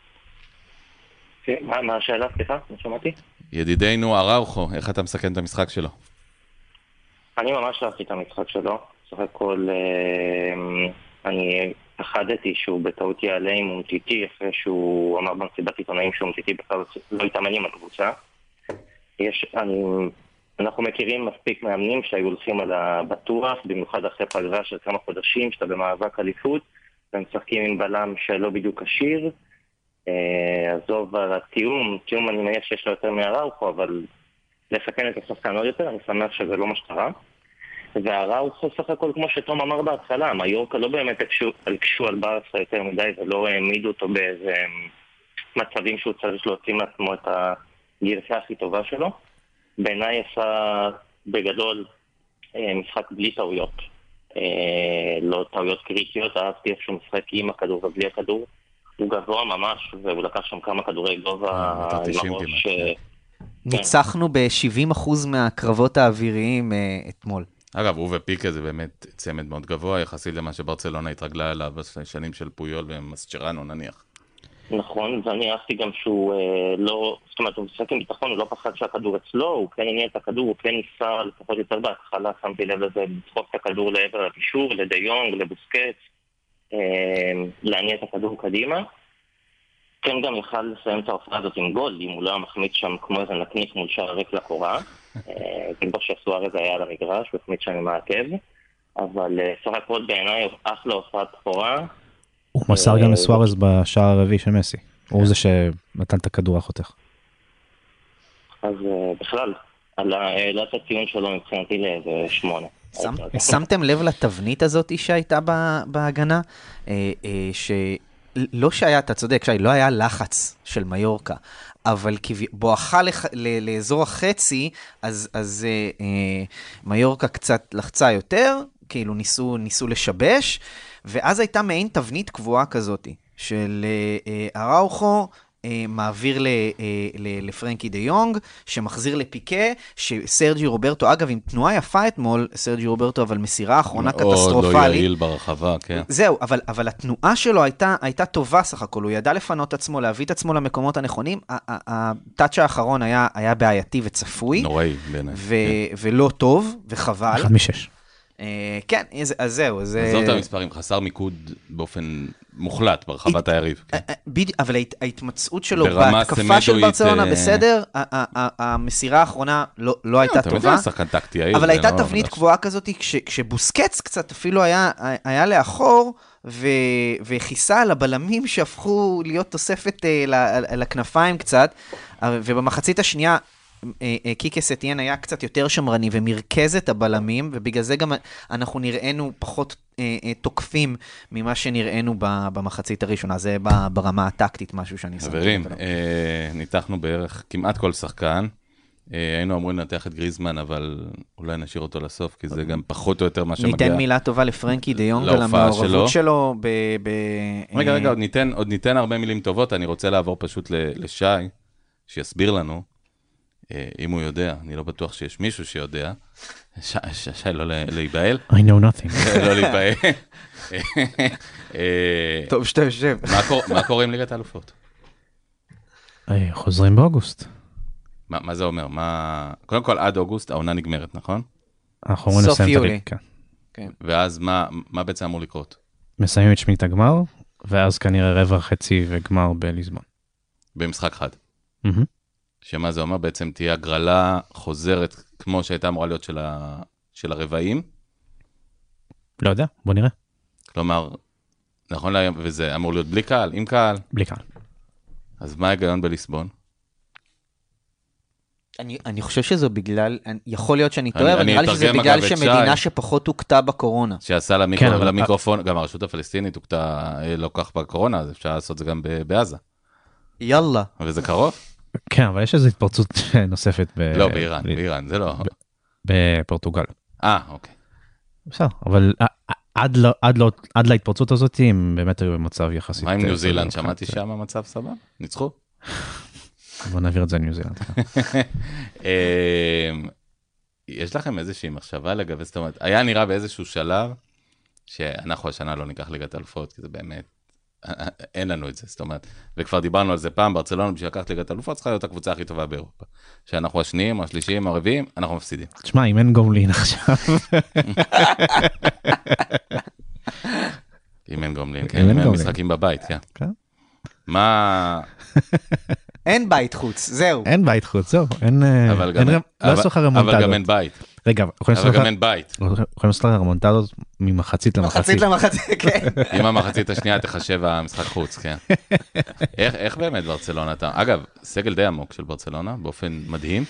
מה השאלה? סליחה, לא שמעתי. ידידנו אראוחו, איך אתה מסכן את המשחק שלו? אני ממש לא עשיתי את המשחק שלו. סך הכל, אני פחדתי שהוא בטעות יעלה עם אומטיטי, אחרי שהוא אמר במסיבת עיתונאים שאומטיטי בכלל לא התאמן עם הקבוצה. אנחנו מכירים מספיק מאמנים שהיו הולכים על הבטוח, במיוחד אחרי פגרה של כמה חודשים, שאתה במאבק אליפות, והם משחקים עם בלם שלא בדיוק עשיר. עזוב על התיאום אני מניח שיש לו יותר מאראוחו, אבל לסכן את השחקן עוד יותר, אני שמח שזה לא מה שקרה. והאראוחו סך הכל, כמו שתום אמר בהתחלה, מיורקה לא באמת הקשו על ברסה יותר מדי, ולא העמידו אותו באיזה מצבים שהוא צריך להוציא מעצמו את הגרסה הכי טובה שלו. בעיניי עשה בגדול משחק בלי טעויות, לא טעויות קריטיות, אהבתי איפשהו משחק עם הכדור ובלי הכדור. הוא גבוה ממש, והוא לקח שם כמה כדורי גובה עם הראש. ניצחנו ב-70% מהקרבות האוויריים אתמול. אגב, הוא ופיקה זה באמת צמד מאוד גבוה, יחסית למה שברצלונה התרגלה אליו בשנים של פויול ומסצ'רנו נניח. נכון, ואני אהבתי גם שהוא לא, זאת אומרת, הוא משחק עם ביטחון, הוא לא פחד שהכדור אצלו, הוא כן עניין את הכדור, הוא כן ניסה, לפחות יותר בהתחלה, שמתי לב לזה, לדחוף את הכדור לעבר הקישור, לדיונג, לבוסקץ, להניע את הכדור קדימה. כן גם יכל לסיים את ההופעה הזאת עם גול, אם הוא לא מחמיץ שם כמו איזה נקניק מול שער ריק לקורה. כמו שסוארז היה על המגרש, הוא החמיץ שם עם העקב. אבל סך הכל בעיניי אחלה הופעת בכורה. הוא מסר גם לסוארז בשער הרביעי של מסי. הוא זה שנתן את הכדור החותך. אז בכלל, העלה את הציון שלו מבחינתי לאיזה 8. שמתם לב לתבנית הזאת שהייתה בהגנה? לא שהיה, אתה צודק, לא היה לחץ של מיורקה, אבל בואכה לאזור החצי, אז מיורקה קצת לחצה יותר, כאילו ניסו לשבש, ואז הייתה מעין תבנית קבועה כזאת, של אראוחו, מעביר לפרנקי דה יונג, שמחזיר לפיקה, שסרג'י רוברטו, אגב, עם תנועה יפה אתמול, סרג'י רוברטו, אבל מסירה האחרונה קטסטרופלית. מאוד לא יעיל ברחבה, כן. זהו, אבל התנועה שלו הייתה טובה סך הכל, הוא ידע לפנות עצמו, להביא את עצמו למקומות הנכונים, הטאץ' האחרון היה בעייתי וצפוי. נוראי, בעיניי. ולא טוב, וחבל. 1 מ-6. כן, אז זהו. זאת המספרים, חסר מיקוד באופן מוחלט ברחבת היריב. אבל ההתמצאות שלו בהתקפה של ברצלונה בסדר, המסירה האחרונה לא הייתה טובה, אבל הייתה תבנית קבועה כזאת, כשבוסקץ קצת אפילו היה לאחור, וכיסה על הבלמים שהפכו להיות תוספת לכנפיים קצת, ובמחצית השנייה, קיקה סטיין היה קצת יותר שמרני ומרכז את הבלמים, ובגלל זה גם אנחנו נראינו פחות תוקפים ממה שנראינו במחצית הראשונה. זה ברמה הטקטית משהו שאני שמתי. חברים, ניתחנו בערך כמעט כל שחקן. היינו אמורים לנתח את גריזמן, אבל אולי נשאיר אותו לסוף, כי זה גם פחות או יותר מה שמגיע. ניתן מילה טובה לפרנקי דה יונג על המעורבות שלו. רגע, עוד ניתן הרבה מילים טובות. אני רוצה לעבור פשוט לשי, שיסביר לנו. אם הוא יודע, אני לא בטוח שיש מישהו שיודע. שי, לא להיבהל. I know nothing. לא להיבהל. טוב שאתה יושב. מה קורה עם ליגת האלופות? חוזרים באוגוסט. מה זה אומר? קודם כל, עד אוגוסט העונה נגמרת, נכון? אנחנו אומרים סוף לסיים את יולי. הליגה, כן. ואז מה בעצם אמור לקרות? מסיימים את שמינית הגמר, ואז כנראה רבע חצי וגמר בליסבון. במשחק חד. מהמם. שמה זה אומר? בעצם תהיה הגרלה חוזרת, כמו שהייתה אמורה להיות של הרבעים. לא יודע, בוא נראה. כלומר, נכון להיום, וזה אמור להיות בלי קהל, עם קהל. בלי קהל. אז מה ההיגיון בליסבון? אני חושב שזו בגלל, יכול להיות שאני טועה, אבל אני נראה לי שזה אתרגם, בגלל אגב, את שמדינה שי. שפחות הוקטה בקורונה. שעשה כן, אבל- למיקרופון, גם הרשות הפלסטינית הוקטה לא כך בקורונה, אז אפשר לעשות זה גם בעזה. יאללה. וזה קרוב? כן, אבל יש איזו התפרצות נוספת לא, באיראן, זה לא... בפורטוגל. אוקיי. בסדר, אבל עד להתפרצות הזאת, הם באמת היו במצב יחסית. מה עם ניו זילנד? טוב. שמעתי שם המצב סבבה? ניצחו? בוא נעביר את זה לניו זילנד. יש לכם איזושהי מחשבה לגבי, זאת אומרת, היה נראה באיזשהו שלב, שאנחנו השנה לא ניקח ליגת אלופות, כי זה באמת, אין לנו את זה, זאת אומרת, וכבר דיברנו על זה פעם, ברצלונה, בשביל לקחת ליגת אלופות, צריכה להיות הקבוצה הכי טובה באירופה. שאנחנו השניים, השלישיים, הרביעים, אנחנו מפסידים. תשמע, אם אין גומלין עכשיו, אם אין גומלין, אם כן, אין אם אין גומלין. משחקים בבית, כן. כן. מה... אין בית חוץ, זהו. אין בית חוץ, זהו, אין, אבל גם- לא עשו לך רמונטדות. אבל גם אין בית. רגע, יכולים אבל לעשות גם לך- אין בית. יכולים לעשות לך רמונטדות ממחצית למחצית. מחצית למחצית, כן. אם המחצית השנייה תחשב המשחק חוץ, כן. איך באמת ברצלונה אתה... אגב, סגל די עמוק של ברצלונה, באופן מדהים.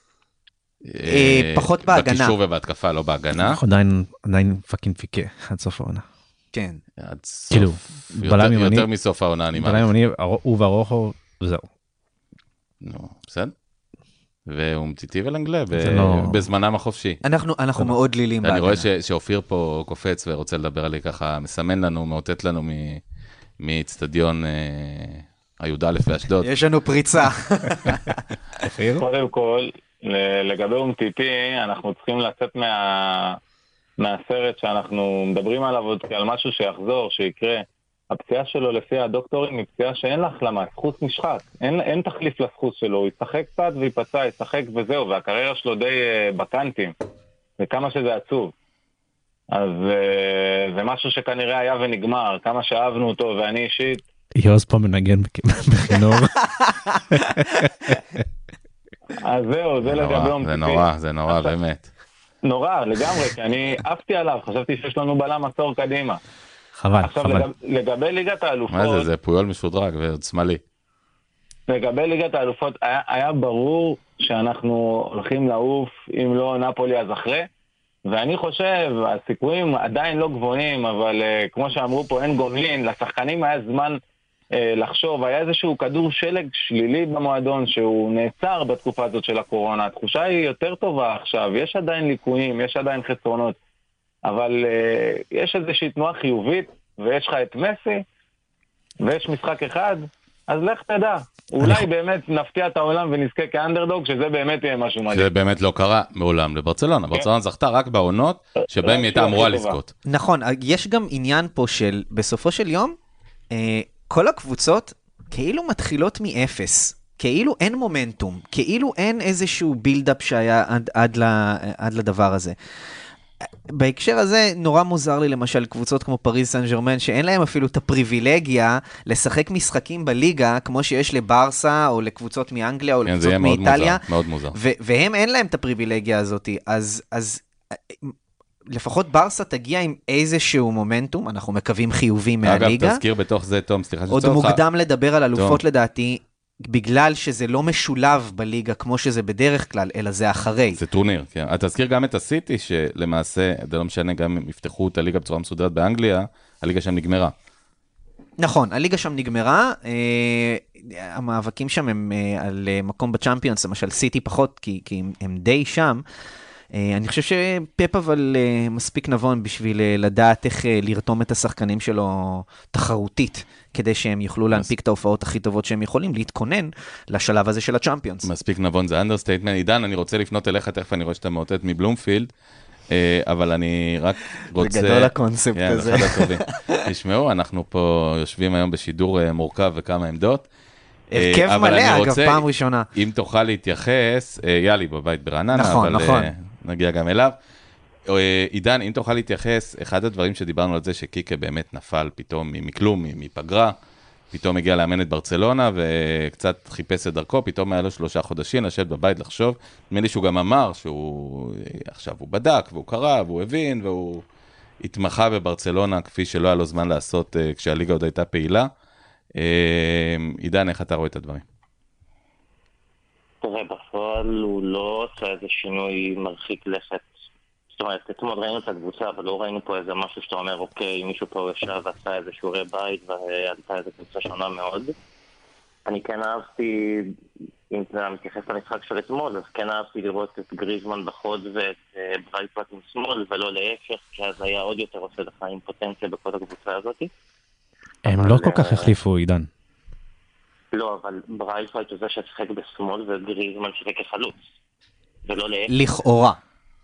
פחות בהגנה. בקישור ובהתקפה, לא בהגנה. אנחנו עדיין פאקינג פיקה עד סוף העונה. כן. עד סוף- כאילו, בלם ימני- יותר מסוף העונה, אני בלם מעריך. ימני, הוא והרוחו, זהו. נו, בסדר. והוא מציתי ולנגלה, זה לא- בזמנם החופשי. אנחנו מאוד דלילים אני רואה בהגנה. שאופיר פה קופץ ורוצה לדבר עלי ככה, מסמן לנו, מאותת לנו מאצטדיון הי"א באשדוד. יש לנו פריצה. קודם כל, לגבי אומטיטי, אנחנו צריכים לצאת מהסרט שאנחנו מדברים עליו עוד כעל משהו שיחזור, שיקרה. הפציעה שלו לפי הדוקטורים היא פציעה שאין לה החלמה, סחוס נשחק, אין תחליף לסחוס שלו, הוא ישחק קצת ויפצע, ישחק וזהו, והקריירה שלו די בקנטים, וכמה שזה עצוב. אז זה משהו שכנראה היה ונגמר, כמה שאהבנו אותו, ואני אישית, יוז פה מנגן בחינור. אז זהו, זה לגבי אומטיטי. זה נורא, באמת. נורא, לגמרי, כי אני עפתי עליו, חשבתי שיש לנו בלם עשור קדימה. חבל, עכשיו, חבל. לגבי ליגת האלופות, מה זה? זה פויול משודרג ועוד שמאלי. לגבי ליגת האלופות, היה ברור שאנחנו הולכים לעוף, אם לא נפולי אז אחרי, ואני חושב, הסיכויים עדיין לא גבוהים, אבל כמו שאמרו פה, אין גומלין, לשחקנים היה זמן לחשוב, היה איזשהו כדור שלג שלילי במועדון, שהוא נעצר בתקופה הזאת של הקורונה, התחושה היא יותר טובה עכשיו, יש עדיין ליקויים, יש עדיין חסרונות, אבל יש איזושהי תנועה חיובית, ויש לך את מסי, ויש משחק אחד, אז לך תדע. אולי באמת נפתיע את העולם ונזכה כאנדרדוג, שזה באמת יהיה משהו מדהים. זה באמת לא קרה מעולם לברצלונה. ברצלונה זכתה רק בעונות שבהם היא הייתה אמורה לזכות. נכון, יש גם עניין פה של, בסופו של יום, כל הקבוצות כאילו מתחילות מאפס. כאילו אין מומנטום, כאילו אין איזשהו בילדאפ שהיה עד לדבר הזה. בהקשר הזה נורא מוזר לי למשל קבוצות כמו פריז סן ז'רמן שאין להם אפילו את הפריבילגיה לשחק משחקים בליגה כמו שיש לברסה או לקבוצות מאנגליה או לקבוצות מאיטליה. מאוד מוזר. והם אין להם את הפריבילגיה הזאת, אז לפחות ברסה תגיע עם איזשהו מומנטום, אנחנו מקווים חיובי מהליגה. אגב, תזכיר בתוך זה, תום, סליחה עוד שצריך אותך. מוקדם לדבר על אלופות לדעתי, בגלל שזה לא משולב בליגה כמו שזה בדרך כלל, אלא זה אחרי. זה טורניר, כן. תזכיר גם את הסיטי, שלמעשה, זה לא משנה, גם אם יפתחו את הליגה בצורה מסודרת באנגליה, הליגה שם נגמרה. נכון, הליגה שם נגמרה, המאבקים שם הם על מקום בצ'אמפיונס, למשל סיטי פחות, כי הם די שם. אני חושב שפפ אבל מספיק נבון בשביל לדעת איך לרתום את השחקנים שלו תחרותית, כדי שהם יוכלו להנפיק את ההופעות הכי טובות שהם יכולים, להתכונן לשלב הזה של הצ'אמפיונס. מספיק נבון, זה אנדרסטייטמנט. עידן, אני רוצה לפנות אליך, תכף אני רואה שאתה מאותת מבלומפילד, אבל אני רק רוצה... זה גדול הקונספט הזה. תשמעו, אנחנו פה יושבים היום בשידור מורכב וכמה עמדות. הרכב אבל מלא, אני אגב, רוצה, פעם ראשונה. אם תוכל להתייחס, יאלי בבית ברעננה, נכון, אבל נכון. נגיע גם אליו. עידן, אם תוכל להתייחס, אחד הדברים שדיברנו על זה, שקיקה באמת נפל פתאום מכלום, מפגרה, פתאום הגיע לאמן את ברצלונה, וקצת חיפש את דרכו, פתאום היה לו 3 חודשים, לשבת בבית לחשוב. נדמה לי שהוא גם אמר שהוא, עכשיו הוא בדק, והוא קרא, והוא הבין, והוא התמחה בברצלונה, כפי שלא היה לו זמן לעשות כשהליגה עוד הייתה פעילה. עידן, איך אתה רואה את הדברים? תראה, בפועל הוא לא עושה איזה שינוי מרחיק לכת. זאת אומרת, אתמול ראינו את הקבוצה, אבל לא ראינו פה איזה משהו שאתה אומר, אוקיי, מישהו פה ישב ועשה איזה שיעורי בית ועלתה איזה קבוצה שונה מאוד. אני כן אהבתי, אם אתה מתייחס למשחק של אתמול, אז כן אהבתי לראות את גריזמן בחוד ואת ברייטוואט עם שמאל, ולא להפך, כי אז היה עוד יותר עושה לך אימפוטנציה בכל הקבוצה הזאת. הם לא כל כך החליפו, עידן. לא, אבל ברייטוואט הוא זה ששחק בשמאל וגריזמן שחק כחלוץ, ולא להפך. לכאורה.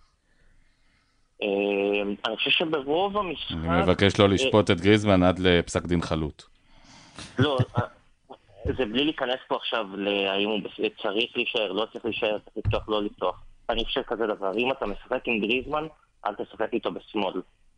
אני חושב שברוב המשחק... אני מבקש לא לשפוט את גריזמן עד לפסק דין חלוט. לא, זה בלי להיכנס פה עכשיו להאם הוא צריך להישאר, לא צריך להישאר, צריך לפתוח, לא לפתוח. אני חושב כזה דבר, אם אתה משחק עם גריזמן, אל תשחק איתו בשמאל.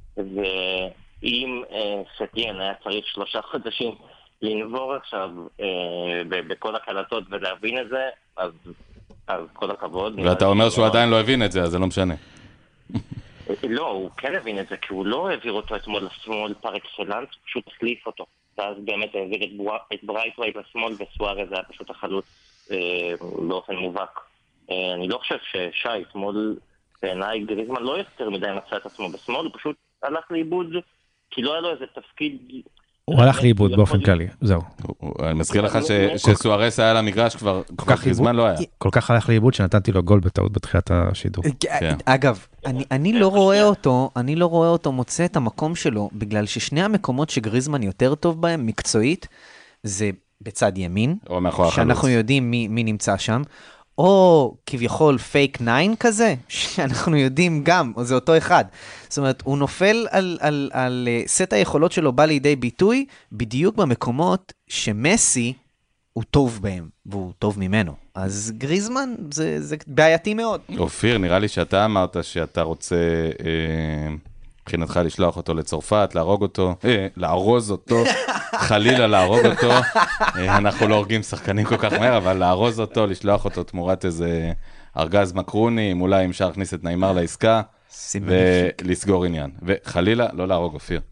ואם סטיין היה צריך 3 חודשים לנבור עכשיו בכל הקלטות ולהבין את זה, אז כל הכבוד. ואתה אומר שהוא עדיין לא הבין את זה, אז זה לא משנה. לא, הוא כן הבין את זה, כי הוא לא העביר אותו אתמול לשמאל פר אקסלנס, הוא פשוט החליף אותו. ואז באמת העביר את ברייטוואט לשמאל, וסוארז היה פשוט החלוץ באופן מובהק. אני לא חושב ששי, אתמול בעיניי גריזמן לא יותר מדי מצא את עצמו בשמאל, הוא פשוט הלך לאיבוד, כי לא היה לו איזה תפקיד... הוא הלך לאיבוד באופן כללי, זהו. אני מזכיר לך שסוארס היה למגרש כבר כל כך זמן לא היה. כל כך הלך לאיבוד שנתתי לו גול בטעות בתחילת השידור. אגב, אני לא רואה אותו מוצא את המקום שלו, בגלל ששני המקומות שגריזמן יותר טוב בהם, מקצועית, זה בצד ימין, או מאחורי החלוץ. שאנחנו יודעים מי נמצא שם, או כביכול פייק 9 כזה, שאנחנו יודעים גם, או זה אותו אחד. זאת אומרת, הוא נופל על סט היכולות שלו, בא לידי ביטוי, בדיוק במקומות שמסי הוא טוב בהם, והוא טוב ממנו. אז גריזמן זה בעייתי מאוד. אופיר, נראה לי שאתה אמרת שאתה רוצה, מבחינתך לשלוח אותו לצרפת, להרוג אותו, לארוז אותו, חלילה להרוג אותו. אנחנו לא הורגים שחקנים כל כך מהר, אבל לארוז אותו, לשלוח אותו תמורת איזה ארגז מקרוני, אולי אם אפשר להכניס את ניימר לעסקה, ולסגור עניין. וחלילה לא להרוג, אופיר.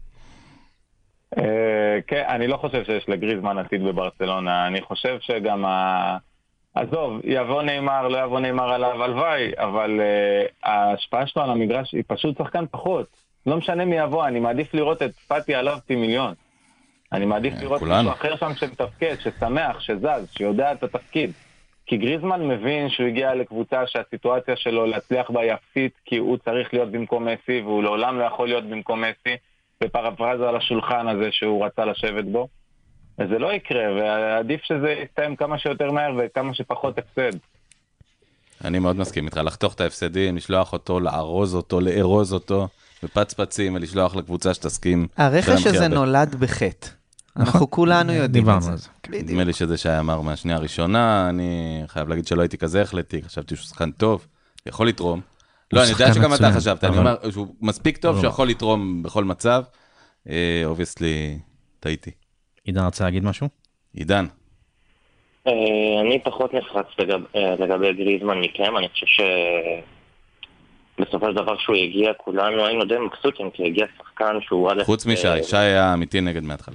כן, אני לא חושב שיש לגריזמן עתיד בברצלונה. אני חושב שגם עזוב, יבוא ניימר, לא יבוא ניימר עליו, הלוואי, אבל ההשפעה שלו על המגרש היא פשוט שחקן פחות. לא משנה מי יבוא, אני מעדיף לראות את פאטי עליו פי מיליון. אני מעדיף לראות מישהו אחר שם שמתפקד, ששמח, שזז, שיודע את התפקיד. כי גריזמן מבין שהוא הגיע לקבוצה שהסיטואציה שלו להצליח בה יפסית, כי הוא צריך להיות במקום מסי, והוא לעולם לא יכול להיות במקום מסי, בפרפרזה על השולחן הזה שהוא רצה לשבת בו. וזה לא יקרה, ועדיף שזה יסתיים כמה שיותר מהר וכמה שפחות הפסד. אני מאוד מסכים איתך, לחתוך את ההפסדים, לשלוח אותו, לארוז אותו, לארוז אותו, בפצפצים, ולשלוח לקבוצה שתסכים. הרכש הזה נולד בחטא. אנחנו כולנו יודעים את זה. נדמה לי שזה שי אמר מהשנייה הראשונה, אני חייב להגיד שלא הייתי כזה החלטי, חשבתי שהוא שחקן טוב, יכול לתרום. לא, אני יודע שגם אתה חשבת, אני אומר שהוא מספיק טוב שהוא יכול לתרום בכל מצב. אובייסלי, טעיתי. עידן רצה להגיד משהו? עידן. אני פחות נחרץ לגבי גריזמן מכם, אני חושב שבסופו של דבר שהוא הגיע, כולנו היינו די מבסוטים, כי הגיע שחקן שהוא... חוץ משי, שי היה אמיתי נגד מההתחלה.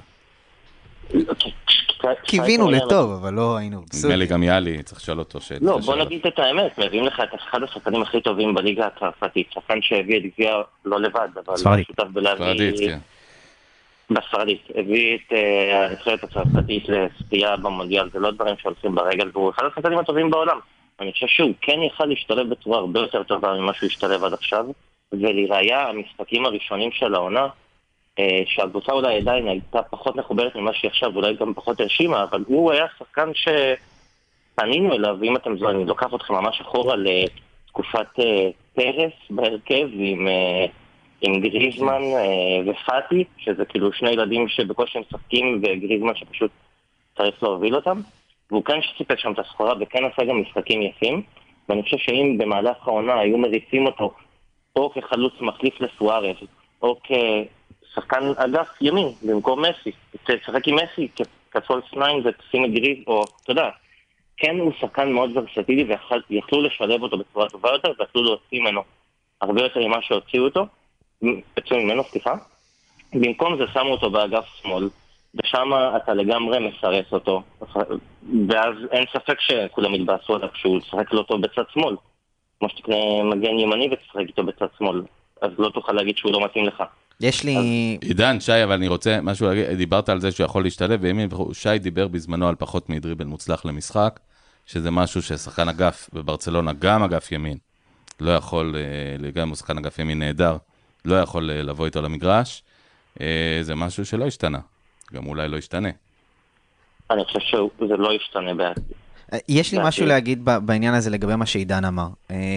קיווינו לטוב, אבל לא היינו מבסוטים. נדמה לי גם יאלי, צריך לשאול אותו שאלה. לא, בוא נגיד את האמת, מביאים לך את אחד השחקנים הכי טובים בליגה הצרפתית, שחקן שהביא את גביע לא לבד, אבל שותף ספרדית, כן. בספרדית, הביא את הנבחרת הצרפתית לסטייה במונדיאל, זה לא דברים שהולכים ברגל, והוא אחד השחקנים הטובים בעולם. אני חושב שהוא כן יכל להשתלב בצורה הרבה יותר טובה ממה שהוא השתלב עד עכשיו, ולראיה המשחקים הראשונים של העונה, שהקבוצה אולי עדיין הייתה פחות מחוברת ממה שהיא עכשיו, אולי גם פחות הרשימה, אבל הוא היה שחקן שפנינו אליו, ואם אתם זו, אני לוקח אתכם ממש אחורה לתקופת פרס בהרכב עם גריזמן ופאטי, שזה כאילו שני ילדים שבקושי משחקים, וגריזמן שפשוט צריך להוביל אותם. והוא כן סיפק שם את הסחורה וכן עשה גם משחקים יפים, ואני חושב שאם במהלך העונה היו מריצים אותו או כחלוץ מחליף לסוארז, או כשחקן אגף ימין במקום מסי, תשחק עם מסי כפולס 9 ותשים את גריז, או אתה יודע, כן הוא שחקן מאוד ורסטילי ויכלו לשלב אותו בצורה טובה יותר, ויכלו להוציא ממנו הרבה יותר ממה שהוציאו ממנו, סליחה. במקום זה שמו אותו באגף שמאל, ושם אתה לגמרי מסרס אותו, ואז אין ספק שכולם התבאסו עליו כשהוא שחק לא טוב בצד שמאל. כמו שתקנה מגן ימני ותשחק איתו בצד שמאל, אז לא תוכל להגיד שהוא לא מתאים לך. יש לי... עידן, שי, אבל אני רוצה משהו להגיד, דיברת על זה שהוא יכול להשתלב, שי דיבר בזמנו על פחות מדריבל מוצלח למשחק, שזה משהו ששחקן אגף בברצלונה, גם אגף ימין, לא יכול, גם הוא שחקן אגף ימין נהדר, לא יכול לבוא איתו למגרש, זה משהו שלא השתנה, גם אולי לא ישתנה. אני חושב שזה לא ישתנה בעתיד. יש לי משהו להגיד בעניין הזה לגבי מה שעידן אמר.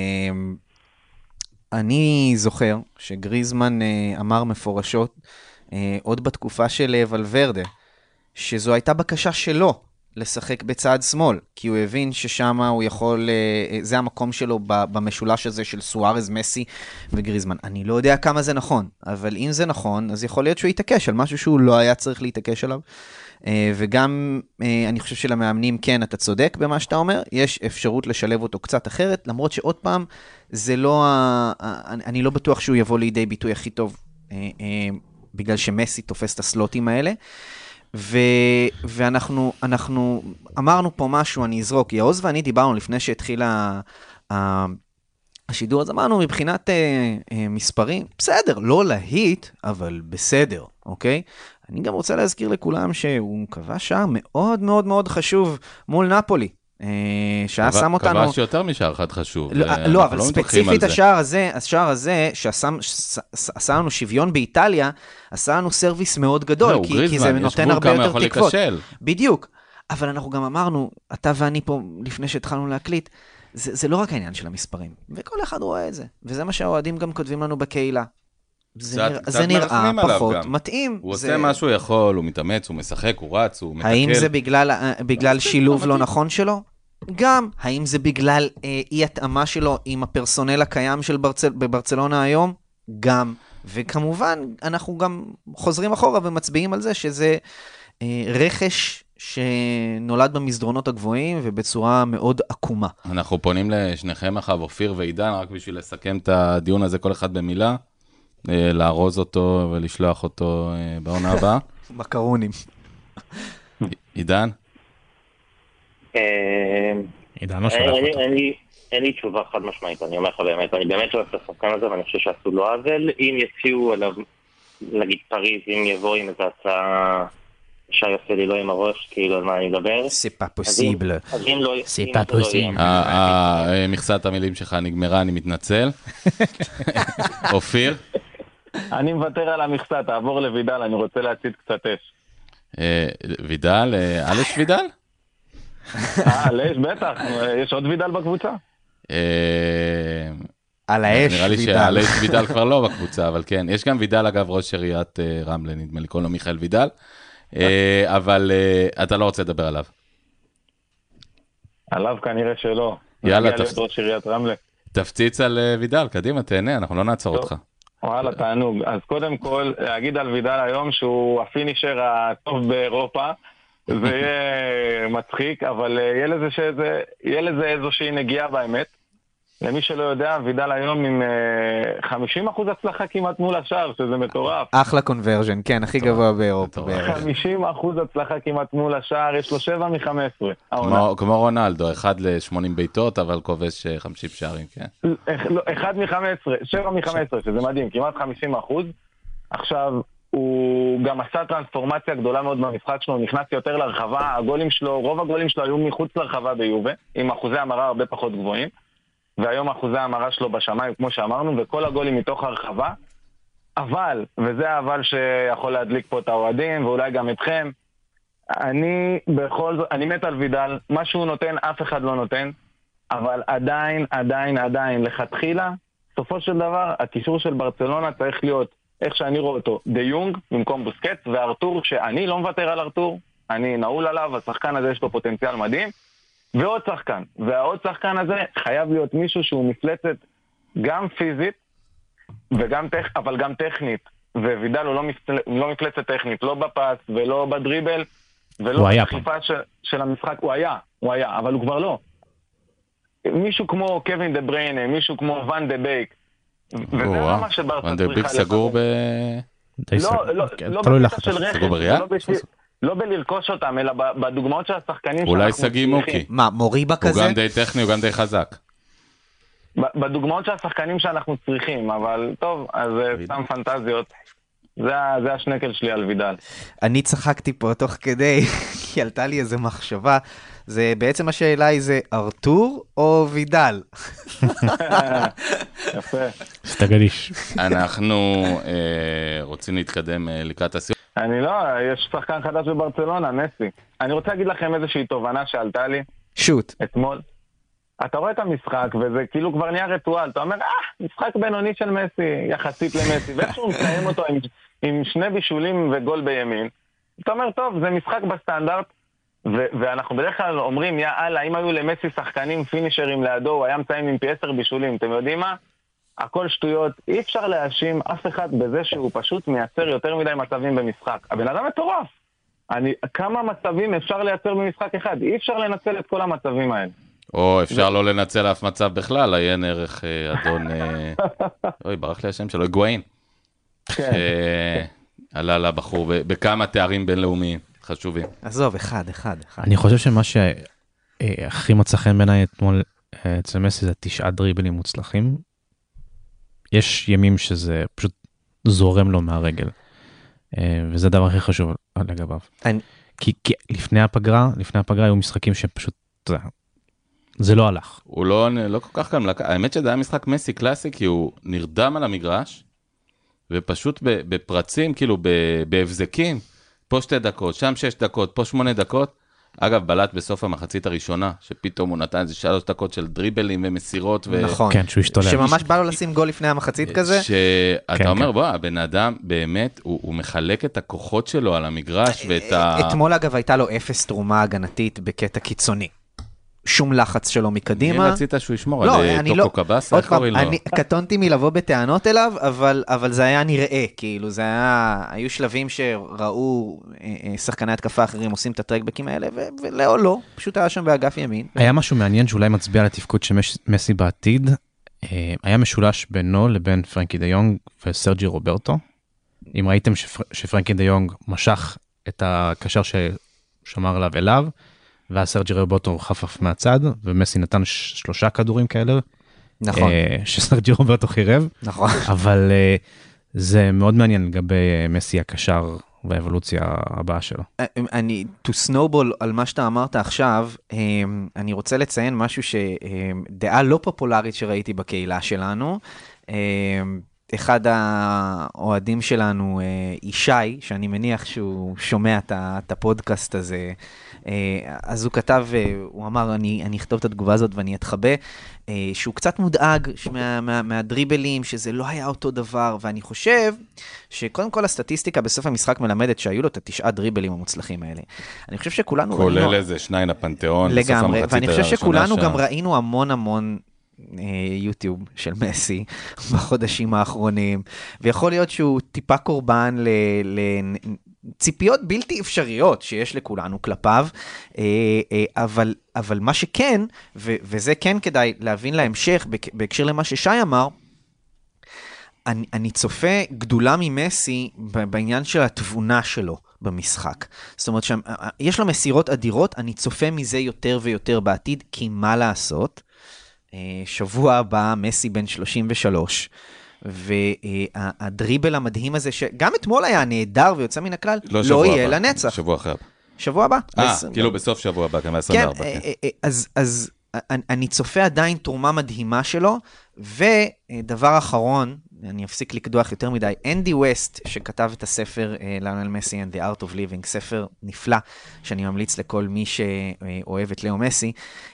אני זוכר שגריזמן אמר מפורשות, עוד בתקופה של ולוורדה, שזו הייתה בקשה שלו לשחק בצד שמאל, כי הוא הבין ששם הוא יכול, זה המקום שלו במשולש הזה של סוארז, מסי וגריזמן. אני לא יודע כמה זה נכון, אבל אם זה נכון, אז יכול להיות שהוא יתעקש על משהו שהוא לא היה צריך להתעקש עליו. וגם אני חושב שלמאמנים, כן, אתה צודק במה שאתה אומר, יש אפשרות לשלב אותו קצת אחרת, למרות שעוד פעם, זה לא, אני לא בטוח שהוא יבוא לידי ביטוי הכי טוב, בגלל שמסי תופס את הסלוטים האלה, ואנחנו אמרנו פה משהו, אני אזרוק, יעוז ואני דיברנו לפני שהתחיל השידור, אז אמרנו מבחינת מספרים, בסדר, לא להיט, אבל בסדר, אוקיי? אני גם רוצה להזכיר לכולם שהוא כבש שער מאוד מאוד מאוד חשוב מול נפולי, שהיה שם אותנו... כבש יותר משער אחד חשוב. לא, אבל ספציפית השער הזה, שעשה לנו שוויון באיטליה, עשה לנו סרוויס מאוד גדול, כי זה נותן הרבה יותר תקוות. בדיוק. אבל אנחנו גם אמרנו, אתה ואני פה, לפני שהתחלנו להקליט, זה לא רק העניין של המספרים, וכל אחד רואה את זה, וזה מה שהאוהדים גם כותבים לנו בקהילה. זה נראה פחות מתאים. הוא עושה מה שהוא יכול, הוא מתאמץ, הוא משחק, הוא רץ, הוא מתקל. האם זה בגלל שילוב לא נכון שלו? גם. האם זה בגלל אי התאמה שלו עם הפרסונל הקיים בברצלונה היום? גם. וכמובן, אנחנו גם חוזרים אחורה ומצביעים על זה שזה רכש שנולד במסדרונות הגבוהים ובצורה מאוד עקומה. אנחנו פונים לשניכם אחר, אופיר ועידן, רק בשביל לסכם את הדיון הזה, כל אחד במילה. לארוז אותו ולשלוח אותו בעונה הבאה. מקרונים. עידן? עידן לא שולח אותו. אין לי תשובה חד משמעית, אני אומר לך באמת, אני באמת אוהב את השחקן הזה, ואני חושב שעשו לו עוול, אם יציעו עליו, נגיד פריז, אם יבוא עם איזו הצעה, שי יפה לי לא עם הראש, כאילו על מה אני מדבר. C'est pas possible. C'est pas possible. מכסת המילים שלך נגמרה, אני מתנצל. אופיר? אני מוותר על המכסה, תעבור לוידל, אני רוצה להציד קצת אש. וידל? אלש וידל? אלש, בטח, יש עוד וידל בקבוצה? על האש וידל. נראה לי שאלש וידל כבר לא בקבוצה, אבל כן, יש גם וידל אגב ראש עיריית רמלה, נדמה לי, קוראים לו מיכאל וידל, אבל אתה לא רוצה לדבר עליו. עליו כנראה שלא. יאללה, ראש עיריית רמלה. תפציץ על וידל, קדימה, תהנה, אנחנו לא נעצור אותך. וואלה, תענוג. אז קודם כל, להגיד על וידל היום שהוא הפינישר הטוב באירופה, זה יהיה מצחיק, אבל יהיה לזה איזושהי נגיעה באמת. למי שלא יודע, וידל היום עם 50% הצלחה כמעט מול השאר, שזה מטורף. אחלה קונברז'ן, כן, הכי גבוה באירופה. 50% הצלחה כמעט מול השאר, יש לו 7 מ-15. כמו רונלדו, 1 ל-80 ביתות, אבל כובש 50 שערים, כן. 1 מ-15, 7 מ-15, שזה מדהים, כמעט 50%. עכשיו, הוא גם עשה טרנספורמציה גדולה מאוד במשחק שלו, הוא נכנס יותר לרחבה, רוב הגולים שלו היו מחוץ לרחבה ביובה, עם אחוזי המרה הרבה פחות גבוהים. והיום אחוזי המרה שלו בשמיים, כמו שאמרנו, וכל הגולים מתוך הרחבה. אבל, וזה האבל שיכול להדליק פה את האוהדים, ואולי גם אתכם, אני מת על וידל, מה שהוא נותן, אף אחד לא נותן, אבל עדיין, לכתחילה, סופו של דבר, הקישור של ברצלונה צריך להיות, איך שאני רואה אותו, דה יונג במקום בוסקט, וארתור, שאני לא מוותר על ארתור, אני נעול עליו, השחקן הזה יש לו פוטנציאל מדהים, ועוד שחקן, והעוד שחקן הזה חייב להיות מישהו שהוא מפלצת גם פיזית, אבל גם טכנית, ווידל הוא לא מפלצת טכנית, לא בפס ולא בדריבל, ולא בדחיפה של המשחק, הוא היה, אבל הוא כבר לא. מישהו כמו קווין דה בריינה, מישהו כמו ואן דה בייק, וזה מה שברסה ואן דה בייק סגור ב... לא בקטע של רכב, לא בלרכוש אותם, אלא בדוגמאות של השחקנים אולי סגי מוקי. מה, מוריבה כזה? הוא גם די טכני, הוא גם די חזק. בדוגמאות של השחקנים שאנחנו צריכים, אבל טוב, אז סתם פנטזיות. זה השנקל שלי על וידל. אני צחקתי פה תוך כדי, כי עלתה לי איזו מחשבה, זה בעצם השאלה היא זה ארתור או וידל? יפה. סתגליש. אנחנו רוצים להתקדם לקראת הסיום. יש שחקן חדש בברצלונה, מסי. אני רוצה להגיד לכם איזושהי תובנה שעלתה לי. שוט. אתמול. אתה רואה את המשחק, וזה כאילו כבר נהיה רטואל. אתה אומר, משחק בינוני של מסי, יחסית למסי. ואיכשהו מסיים אותו עם 2 בישולים וגול בימין. אתה אומר, טוב, זה משחק בסטנדרט, ואנחנו בדרך כלל אומרים, יאללה, אם היו למסי שחקנים פינישרים לידו, הוא היה מסיים עם פי 10 בישולים. אתם יודעים מה? הכל שטויות. אי אפשר להאשים אף אחד בזה שהוא פשוט מייצר יותר מדי מצבים במשחק. הבן אדם מטורף. כמה מצבים אפשר לייצר במשחק אחד? אי אפשר לנצל את כל המצבים האלה. או אפשר לא לנצל אף מצב בכלל, עיין ערך אדון, אוי, ברח לי השם שלו, היגואין. עלה לבחור בכמה תארים בינלאומיים חשובים. עזוב, אחד. אני חושב שמה שהכי מצא חן בעיניי אתמול אצל מסי זה 9 דריבלים מוצלחים. יש ימים שזה פשוט זורם לו מהרגל. וזה הדבר הכי חשוב לגביו. כי לפני הפגרה היו משחקים שפשוט, זה לא הלך. הוא לא כל כך גם, האמת שזה היה משחק מסי קלאסי, כי הוא נרדם על המגרש, ופשוט בפרצים, כאילו בהבזקים, פה 2 דקות, שם 6 דקות, פה 8 דקות, אגב, בלט בסוף המחצית הראשונה, שפתאום הוא נתן איזה 3 דקות של דריבלים ומסירות. נכון. כן, שהוא השתולל. שממש בא לו לשים גול לפני המחצית כזה. שאתה אומר, בוא, הבן אדם באמת, הוא מחלק את הכוחות שלו על המגרש ואת אתמול אגב הייתה לו 0 תרומה הגנתית בקטע קיצוני. שום לחץ שלו מקדימה. אני רצית שהוא ישמור על טוקו קבאס, איך קוראים לו? אני קטונתי מלבוא בטענות אליו, אבל זה היה נראה, כאילו, היו שלבים שראו שחקני התקפה אחרים עושים את הטרקבקים האלה, ולא, לא, פשוט היה שם באגף ימין. היה משהו מעניין שאולי מצביע על התפקוד של מסי בעתיד, היה משולש בינו לבין פרנקי דה יונג וסרג'י רוברטו. אם ראיתם שפרנקי דה יונג משך את הקשר ששמר אליו, ואז סרג'י רוברטו חפף מהצד, ומסי נתן 3 כדורים כאלה. נכון. שסרג'י רוברטו חירב. נכון. אבל זה מאוד מעניין לגבי מסי הקשר והאבולוציה הבאה שלו. to snowball על מה שאתה אמרת עכשיו, אני רוצה לציין משהו שדעה לא פופולרית שראיתי בקהילה שלנו. אחד האוהדים שלנו, ישי, שאני מניח שהוא שומע את הפודקאסט הזה, אז הוא כתב, הוא אמר, אני אכתוב את התגובה הזאת ואני אתחבא, שהוא קצת מודאג מהדריבלים, שזה לא היה אותו דבר, ואני חושב שקודם כל הסטטיסטיקה בסוף המשחק מלמדת שהיו לו את 9 דריבלים המוצלחים האלה. אני חושב שכולנו ראינו... כולל איזה 2 הפנתיאון, לגמרי, ואני חושב שכולנו גם ראינו המון יוטיוב של מסי בחודשים האחרונים, ויכול להיות שהוא טיפה קורבן לציפיות בלתי אפשריות שיש לכולנו כלפיו, אבל מה שכן, וזה כן כדאי להבין להמשך, בהקשר למה ששי אמר, אני צופה גדולה ממסי בעניין של התבונה שלו במשחק. זאת אומרת, יש לו מסירות אדירות, אני צופה מזה יותר ויותר בעתיד, כי מה לעשות? שבוע הבא מסי בן 33, והדריבל המדהים הזה, שגם אתמול היה נהדר ויוצא מן הכלל, לא יהיה לנצח. שבוע אחר. שבוע הבא. כאילו בסוף שבוע הבא, כמה 24. כן, אז אני צופה עדיין תרומה מדהימה שלו, ודבר אחרון, אני אפסיק לקדוח יותר מדי, אנדי ווסט, שכתב את הספר ליונל מסי and the art of living, ספר נפלא, שאני ממליץ לכל מי שאוהב את לאו מסי,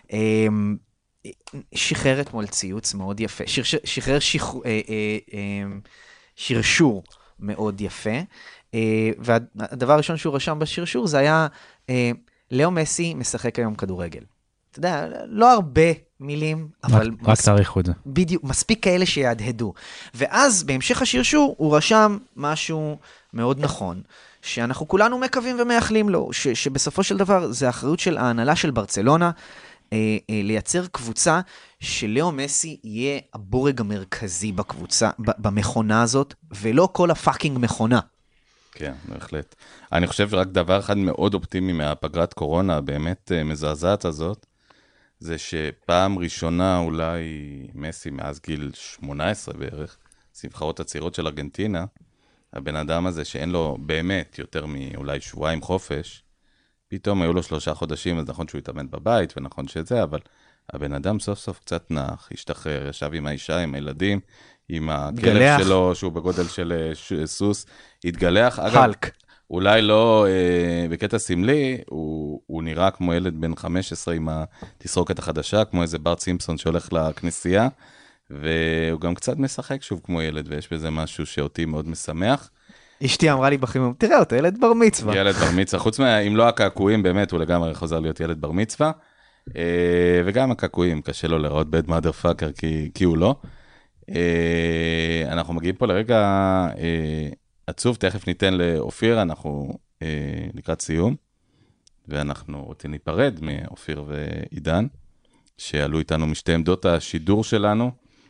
שחרר אתמול ציוץ מאוד יפה, שחרר שרשור מאוד יפה, והדבר הראשון שהוא רשם בשרשור זה היה, לאו מסי משחק היום כדורגל. אתה יודע, לא הרבה מילים, אבל... רק תאריכו את זה. בדיוק, מספיק כאלה שיהדהדו. ואז בהמשך השרשור הוא רשם משהו מאוד נכון, שאנחנו כולנו מקווים ומייחלים לו, שבסופו של דבר זה האחריות של ההנהלה של ברצלונה, לייצר קבוצה שלאו מסי יהיה הבורג המרכזי בקבוצה, במכונה הזאת, ולא כל הפאקינג מכונה. כן, בהחלט. אני חושב שרק דבר אחד מאוד אופטימי מהפגרת קורונה, באמת מזעזעת הזאת, זה שפעם ראשונה אולי מסי מאז גיל 18 בערך, נבחרות הצעירות של ארגנטינה, הבן אדם הזה שאין לו באמת יותר מאולי שבועיים חופש, פתאום היו לו 3 חודשים, אז נכון שהוא התאמן בבית, ונכון שזה, אבל הבן אדם סוף סוף קצת נח, השתחרר, ישב עם האישה, עם הילדים, עם הכלב שלו, שהוא בגודל של סוס, התגלח. חלק. אולי לא בקטע סמלי, הוא נראה כמו ילד בן 15 עם התסרוקת החדשה, כמו איזה ברט סימפסון שהולך לכנסייה, והוא גם קצת משחק שוב כמו ילד, ויש בזה משהו שאותי מאוד משמח. אשתי אמרה לי בחימום, תראה אותו, ילד בר מצווה. ילד בר מצווה, חוץ אם לא הקעקועים, באמת הוא לגמרי חוזר להיות ילד בר מצווה, וגם הקעקועים, קשה לו לראות bad motherfucker, כי הוא לא. אנחנו מגיעים פה לרגע עצוב, תכף ניתן לאופיר, אנחנו לקראת סיום, ואנחנו רוצים להיפרד מאופיר ועידן, שעלו איתנו משתי עמדות השידור שלנו,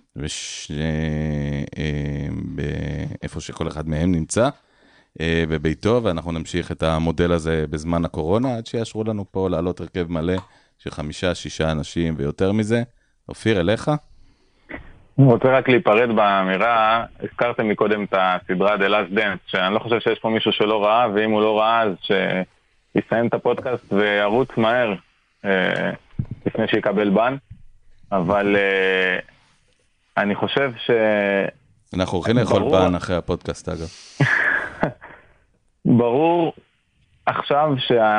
באיפה שכל אחד מהם נמצא, בביתו, ואנחנו נמשיך את המודל הזה בזמן הקורונה, עד שיאשרו לנו פה לעלות הרכב מלא של 5-6 אנשים ויותר מזה. אופיר, אליך? אני רוצה רק להיפרד באמירה, הזכרתם מקודם את הסדרה The Last Dance, שאני לא חושב שיש פה מישהו שלא ראה, ואם הוא לא ראה, אז שיסיים את הפודקאסט וירוץ מהר, לפני שיקבל בן, אבל אני חושב אנחנו הולכים לאכול בן אחרי הפודקאסט, אגב. ברור עכשיו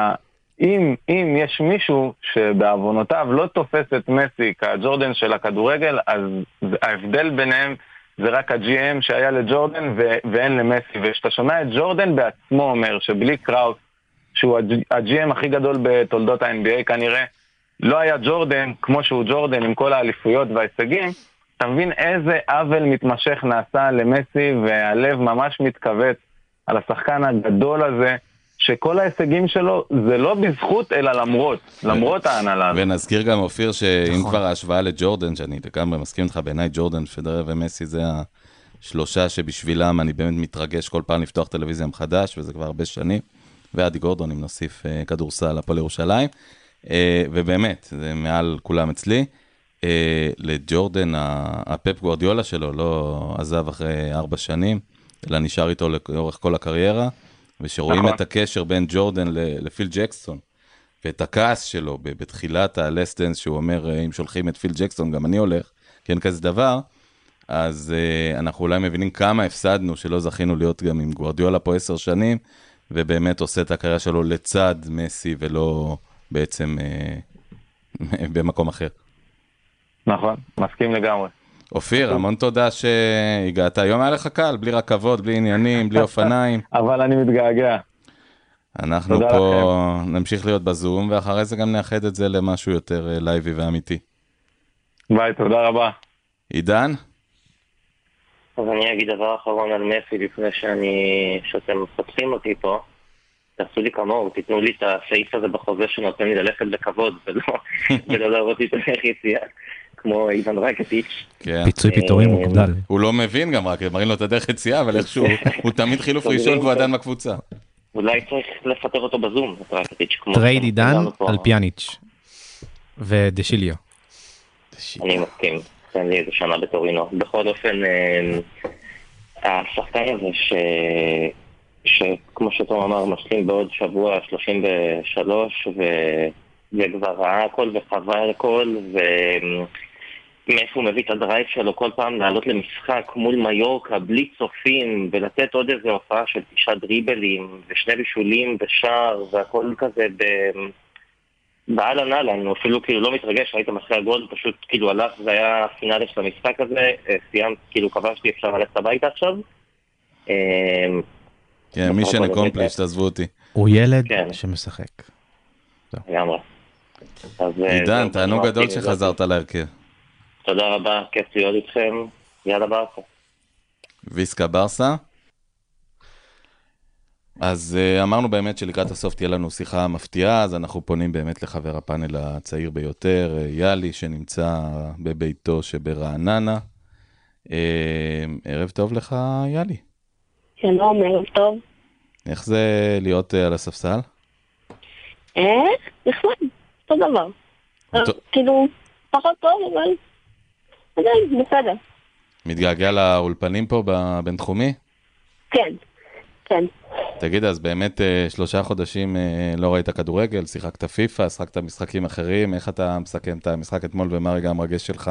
אם יש מישהו שבעוונותיו לא תופס את מסי כג'ורדן של הכדורגל, אז ההבדל ביניהם זה רק ה-GM שהיה לג'ורדן ואין למסי. ושאתה שומע את ג'ורדן בעצמו אומר שבלי קראוס, שהוא ה-GM הכי גדול בתולדות ה-NBA כנראה, לא היה ג'ורדן כמו שהוא ג'ורדן עם כל האליפויות וההישגים, אתה מבין איזה עוול מתמשך נעשה למסי, והלב ממש מתכווץ על השחקן הגדול הזה, שכל ההישגים שלו זה לא בזכות, אלא למרות ההנהלה. ונזכיר גם, אופיר, שאם כבר ההשוואה לג'ורדן, שאני לגמרי מסכים איתך, בעיניי ג'ורדן, פדרר ומסי זה השלושה שבשבילם אני באמת מתרגש כל פעם לפתוח טלוויזיה מחדש, וזה כבר הרבה שנים, ועדי גורדון, אם נוסיף כדורסל הפועל ירושלים, ובאמת, זה מעל כולם אצלי. לג'ורדן, הפפ גוארדיולה שלו לא עזב אחרי 4 שנים, אלא נשאר איתו לאורך כל הקריירה, ושרואים את הקשר בין ג'ורדן לפיל ג'קסון, ואת הכעס שלו בתחילת הלסטנס, שהוא אומר, אם שולחים את פיל ג'קסון, גם אני הולך, כן כזה דבר, אז אנחנו אולי מבינים כמה הפסדנו, שלא זכינו להיות גם עם גוארדיולה פה 10 שנים, ובאמת עושה את הקריירה שלו לצד מסי, ולא בעצם במקום אחר. נכון, מסכים לגמרי. אופיר, המון תודה שהגעת. היום היה לך קל, בלי רכבות, בלי עניינים, בלי אופניים. אבל אני מתגעגע. אנחנו פה נמשיך להיות בזום, ואחרי זה גם נאחד את זה למשהו יותר לייבי ואמיתי. ביי, תודה רבה. עידן? אז אני אגיד דבר אחרון על מסי לפני שאתם מפתחים אותי פה. תעשו לי כמוהו, תיתנו לי את הסעיף הזה בחוזה שנותן לי ללכת בכבוד, ולא לעבוד לי את היציאה. כמו איבן רקטיץ'. פיצוי פיתורים הוא גדל. הוא לא מבין גם רק, מראים לו את הדרך יציאה, אבל איכשהו, הוא תמיד חילוף ראשון והוא עדיין בקבוצה. אולי צריך לפטר אותו בזום, את רקטיץ'. טרייד עידן על פיאניץ' ודשיליו. אני מסכים, תן לי איזה שנה בטורינו. בכל אופן, השחקן הזה שכמו שתום אמר, משלים בעוד שבוע 33, וכבר ראה הכל וחווה הכל, מאיפה הוא מביא את הדרייב שלו כל פעם לעלות למשחק מול מיורקה בלי צופים, ולתת עוד איזה הופעה של 9 דריבלים ו2 בישולים בשער, והכל כזה בעל הנעל. אני אפילו כאילו לא מתרגש, ראיתם אחרי הגול, פשוט כאילו הלך, זה היה הפינאלי של המשחק הזה, סיימת, כאילו כבשתי, אפשר ללכת הביתה עכשיו. כן, מישן אקומפליש, תעזבו אותי. הוא ילד כן. שמשחק. לגמרי. אז, עידן, זהו, תענוג אני גדול ממשיך שחזרת להרכב. תודה רבה, כיף להיות איתכם. יאללה ברסה. ויסקה ברסה. אז אמרנו באמת שלקראת הסוף תהיה לנו שיחה מפתיעה, אז אנחנו פונים באמת לחבר הפאנל הצעיר ביותר, יאלי, שנמצא בביתו שברעננה. ערב טוב לך, יאלי. שלום, ערב טוב. איך זה להיות על הספסל? נחמד, אותו דבר. כאילו, פחות טוב, אבל עדיין, בסדר. מתגעגע לאולפנים פה בבינתחומי? כן, כן. תגיד, אז באמת 3 חודשים לא ראית כדורגל, שיחקת פיפה, שחקת משחקים אחרים, איך אתה מסכם את המשחק אתמול ומה הרגע המרגש שלך?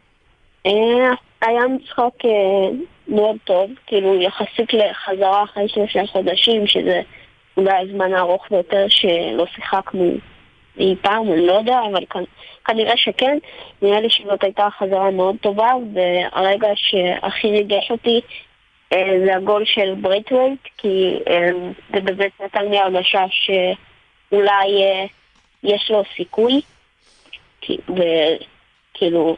היה משחק מאוד טוב, כאילו יחסית לחזרה אחרי 3 חודשים, שזה אולי הזמן הארוך ביותר שלא שיחקנו אי פעם, אני לא יודע, אבל כנראה שכן. נראה לי שזאת הייתה חזרה מאוד טובה, והרגע שהכי ריגש אותי זה הגול של ברייטווייט, כי זה באמת נתן לי הרגשה שאולי יש לו סיכוי, וכאילו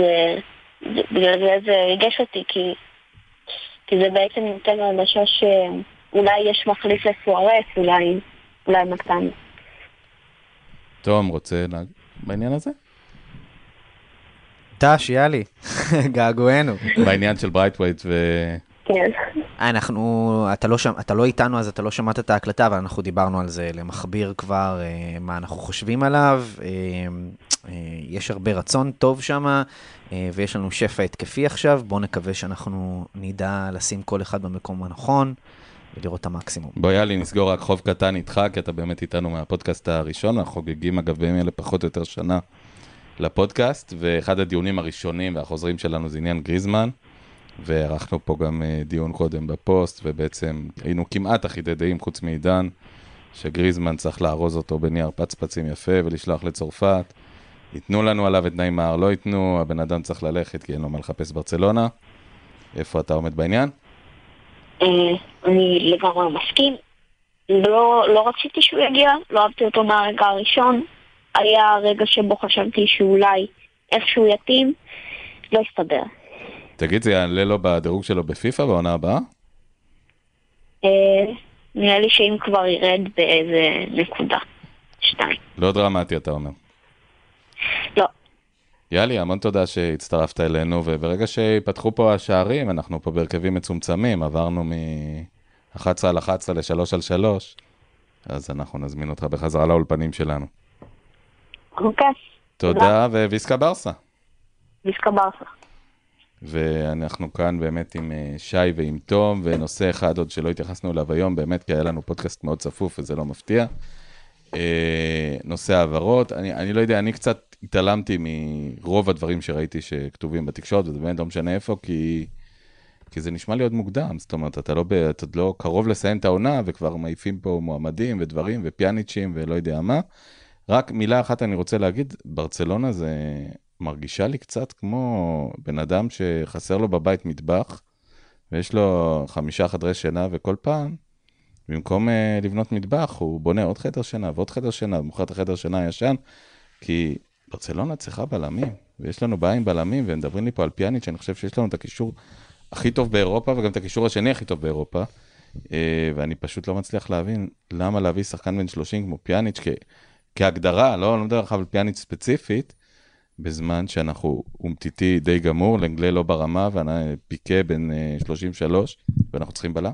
בגלל זה ריגש אותי, כי זה בעצם נותן לי הרגשה שאולי יש מחליף לסוארס, אולי מקטן. תום, רוצה בעניין הזה? תש, יאלי, געגוענו. בעניין של ברייטווייט כן. אתה לא איתנו, אז אתה לא שמעת את ההקלטה, אבל אנחנו דיברנו על זה למחביר כבר, מה אנחנו חושבים עליו. יש הרבה רצון טוב שם, ויש לנו שפע התקפי עכשיו. בואו נקווה שאנחנו נדע לשים כל אחד במקום הנכון, ולראות את המקסימום. בוא יאלי, נסגור רק חוב קטן איתך, כי אתה באמת איתנו מהפודקאסט הראשון, אנחנו חוגגים אגב בימים אלה פחות או יותר שנה לפודקאסט, ואחד הדיונים הראשונים והחוזרים שלנו זה עניין גריזמן, וערכנו פה גם דיון קודם בפוסט, ובעצם היינו כמעט אחידי דעים חוץ מעידן, שגריזמן צריך לארוז אותו בנייר פצפצים יפה ולשלוח לצרפת, ייתנו לנו עליו את ניימר, לא ייתנו, הבן אדם צריך ללכת כי אין לו מה לחפש ברצלונה. איפה אתה עומד בעניין? אני לגמרי מסכים. לא רציתי שהוא יגיע, לא אהבתי אותו מהרגע הראשון. היה רגע שבו חשבתי שאולי איכשהו יתאים, לא הסתדר. תגיד, זה יעלה לו בדירוג שלו בפיפה בעונה הבאה? נראה לי שאם כבר ירד באיזה נקודה, 2. לא דרמטי, אתה אומר. לא. יאלי, המון תודה שהצטרפת אלינו, וברגע שיפתחו פה השערים, אנחנו פה בהרכבים מצומצמים, עברנו מ-11 על 11 ל-3 על 3, אז אנחנו נזמין אותך בחזרה לאולפנים שלנו. אוקיי. תודה, וויסקה ברסה. ויסקה ברסה. ואנחנו כאן באמת עם שי ועם תום, ונושא אחד עוד שלא התייחסנו אליו היום, באמת כי היה לנו פודקאסט מאוד צפוף וזה לא מפתיע. נושא העברות, אני לא יודע, אני קצת התעלמתי מרוב הדברים שראיתי שכתובים בתקשורת, וזה באמת לא משנה איפה, כי זה נשמע לי עוד מוקדם, זאת אומרת, אתה עוד לא קרוב לסיים את העונה, וכבר מעיפים פה מועמדים ודברים, ופיאניצ'ים ולא יודע מה. רק מילה אחת אני רוצה להגיד, ברצלונה זה מרגישה לי קצת כמו בן אדם שחסר לו בבית מטבח, ויש לו 5 חדרי שינה, וכל פעם, במקום לבנות מטבח, הוא בונה עוד חדר שינה ועוד חדר שינה, ומוכר את החדר שינה הישן, כי ברצלונה צריכה בלמים, ויש לנו בעיה עם בלמים, והם מדברים לי פה על פיאניץ', שאני חושב שיש לנו את הקישור הכי טוב באירופה, וגם את הקישור השני הכי טוב באירופה, ואני פשוט לא מצליח להבין למה להביא שחקן בן 30 כמו פיאניץ' כהגדרה, לא מדבר לך על פיאניץ' ספציפית, בזמן שאנחנו אומתיתי די גמור, לנגלה לא ברמה, ואני פיקה בין 33, ואנחנו צריכים בלם.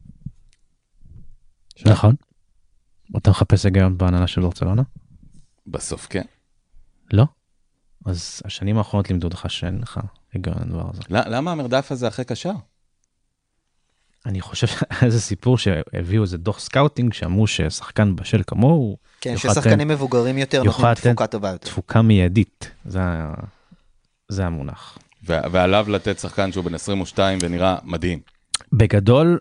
נכון. אתה מחפש היגיון בעננה של ברצלונה? בסוף כן. לא. אז השנים האחרונות לימדו לך שאין לך היגיון לדבר הזה. למה המרדף הזה אחרי קשר? אני חושב שזה סיפור שהביאו איזה דוח סקאוטינג, שאמרו ששחקן בשל כמוהו, כן, ששחקנים מבוגרים יותר נותנים תפוקה טובה יותר. תפוקה מיידית, זה המונח. ועליו לתת שחקן שהוא בן 22 ונראה מדהים. בגדול,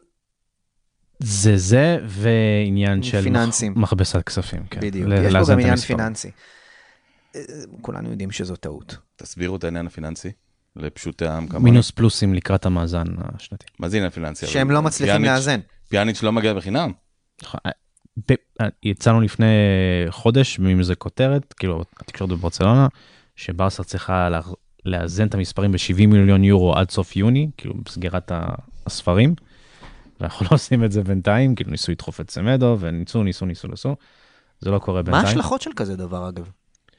זה ועניין של פיננסים. מכבסת כספים. כן. בדיוק, יש פה גם עניין פיננסי. כולנו יודעים שזו טעות. תסבירו את העניין הפיננסי, לפשוטי העם כמוני. מינוס פלוסים לקראת המאזן השנתי. מה זה עניין פיננסי? שהם לא מצליחים לאזן. פיאניץ' לא מגיע בחינם. יצאנו לפני חודש מאיזה כותרת, כאילו התקשורת בברצלונה, שברסה צריכה לאזן את המספרים ב-70 מיליון יורו עד סוף יוני, כאילו בסגירת הספרים, ואנחנו לא עושים את זה בינתיים, כאילו ניסו לדחוף את סמדו, וניסו, זה לא קורה בינתיים. מה ההשלכות של כזה דבר, אגב?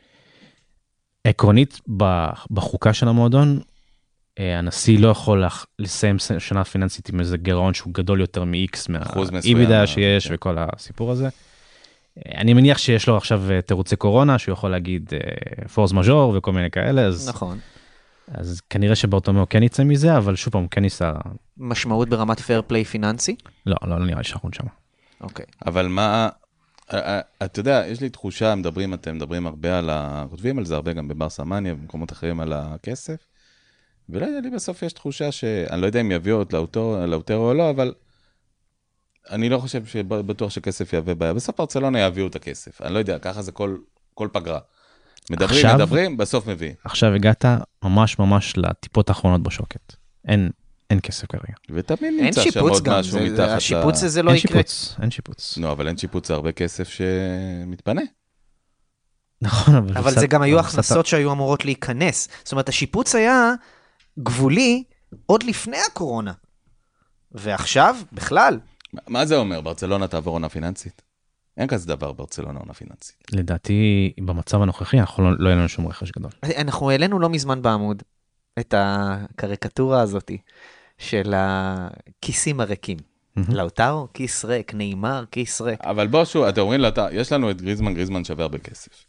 עקרונית, בחוקה של המועדון, הנשיא לא יכול לסיים שנה פיננסית עם איזה גירעון שהוא גדול יותר מ-X מהאיבידה שיש וכל הסיפור הזה. אני מניח שיש לו עכשיו תירוצי קורונה, שהוא יכול להגיד פורס מז'ור וכל מיני כאלה. נכון. אז כנראה שבאוטומיאו כן יצא מזה, אבל שוב פעם, כן יישא... משמעות ברמת פייר פליי פיננסי? לא נראה לי שאנחנו שם. אוקיי. אבל מה... אתה יודע, יש לי תחושה, אתם מדברים הרבה כותבים על זה הרבה גם בברסה מניה, במקומות אחרים על הכסף, ולא יודע לי בסוף יש תחושה שאני לא יודע אם יביאו את לאוטרו או לא, אבל אני לא חושב שבטוח שכסף יביא בעיה. בסוף ברצלונה יביאו את הכסף. אני לא יודע, ככה זה כל פגרה. מדברים, בסוף מביא. עכשיו הגעת ממש לטיפות האחרונות בשוקת. אין כסף כרגע. ותמיד נמצא שם עוד משהו מתחת ל... השיפוץ הזה לא יקרה. אין שיפוץ. לא, אבל אין שיפוץ, זה הרבה כסף שמתפנה. נכון, אבל זה גם היו הכנסות שהיו אמורות להיכנס. זאת אומרת, השיפוץ היה גבולי עוד לפני הקורונה. ועכשיו, בכלל. מה זה אומר? ברצלונה תעבור עונה פיננסית? אין כזה דבר ברצלונה עונה פיננסית. לדעתי, במצב הנוכחי, אנחנו לא יהיה לנו שום רכש גדול. אנחנו העלינו לא מזמן בעמוד את הקריקטורה הזאת של הכיסים הריקים. לאוטרו, כיס ריק, ניימר, כיס ריק. אבל בוא שוב, אתם אומרים, יש לנו את גריזמן שווה הרבה כסף.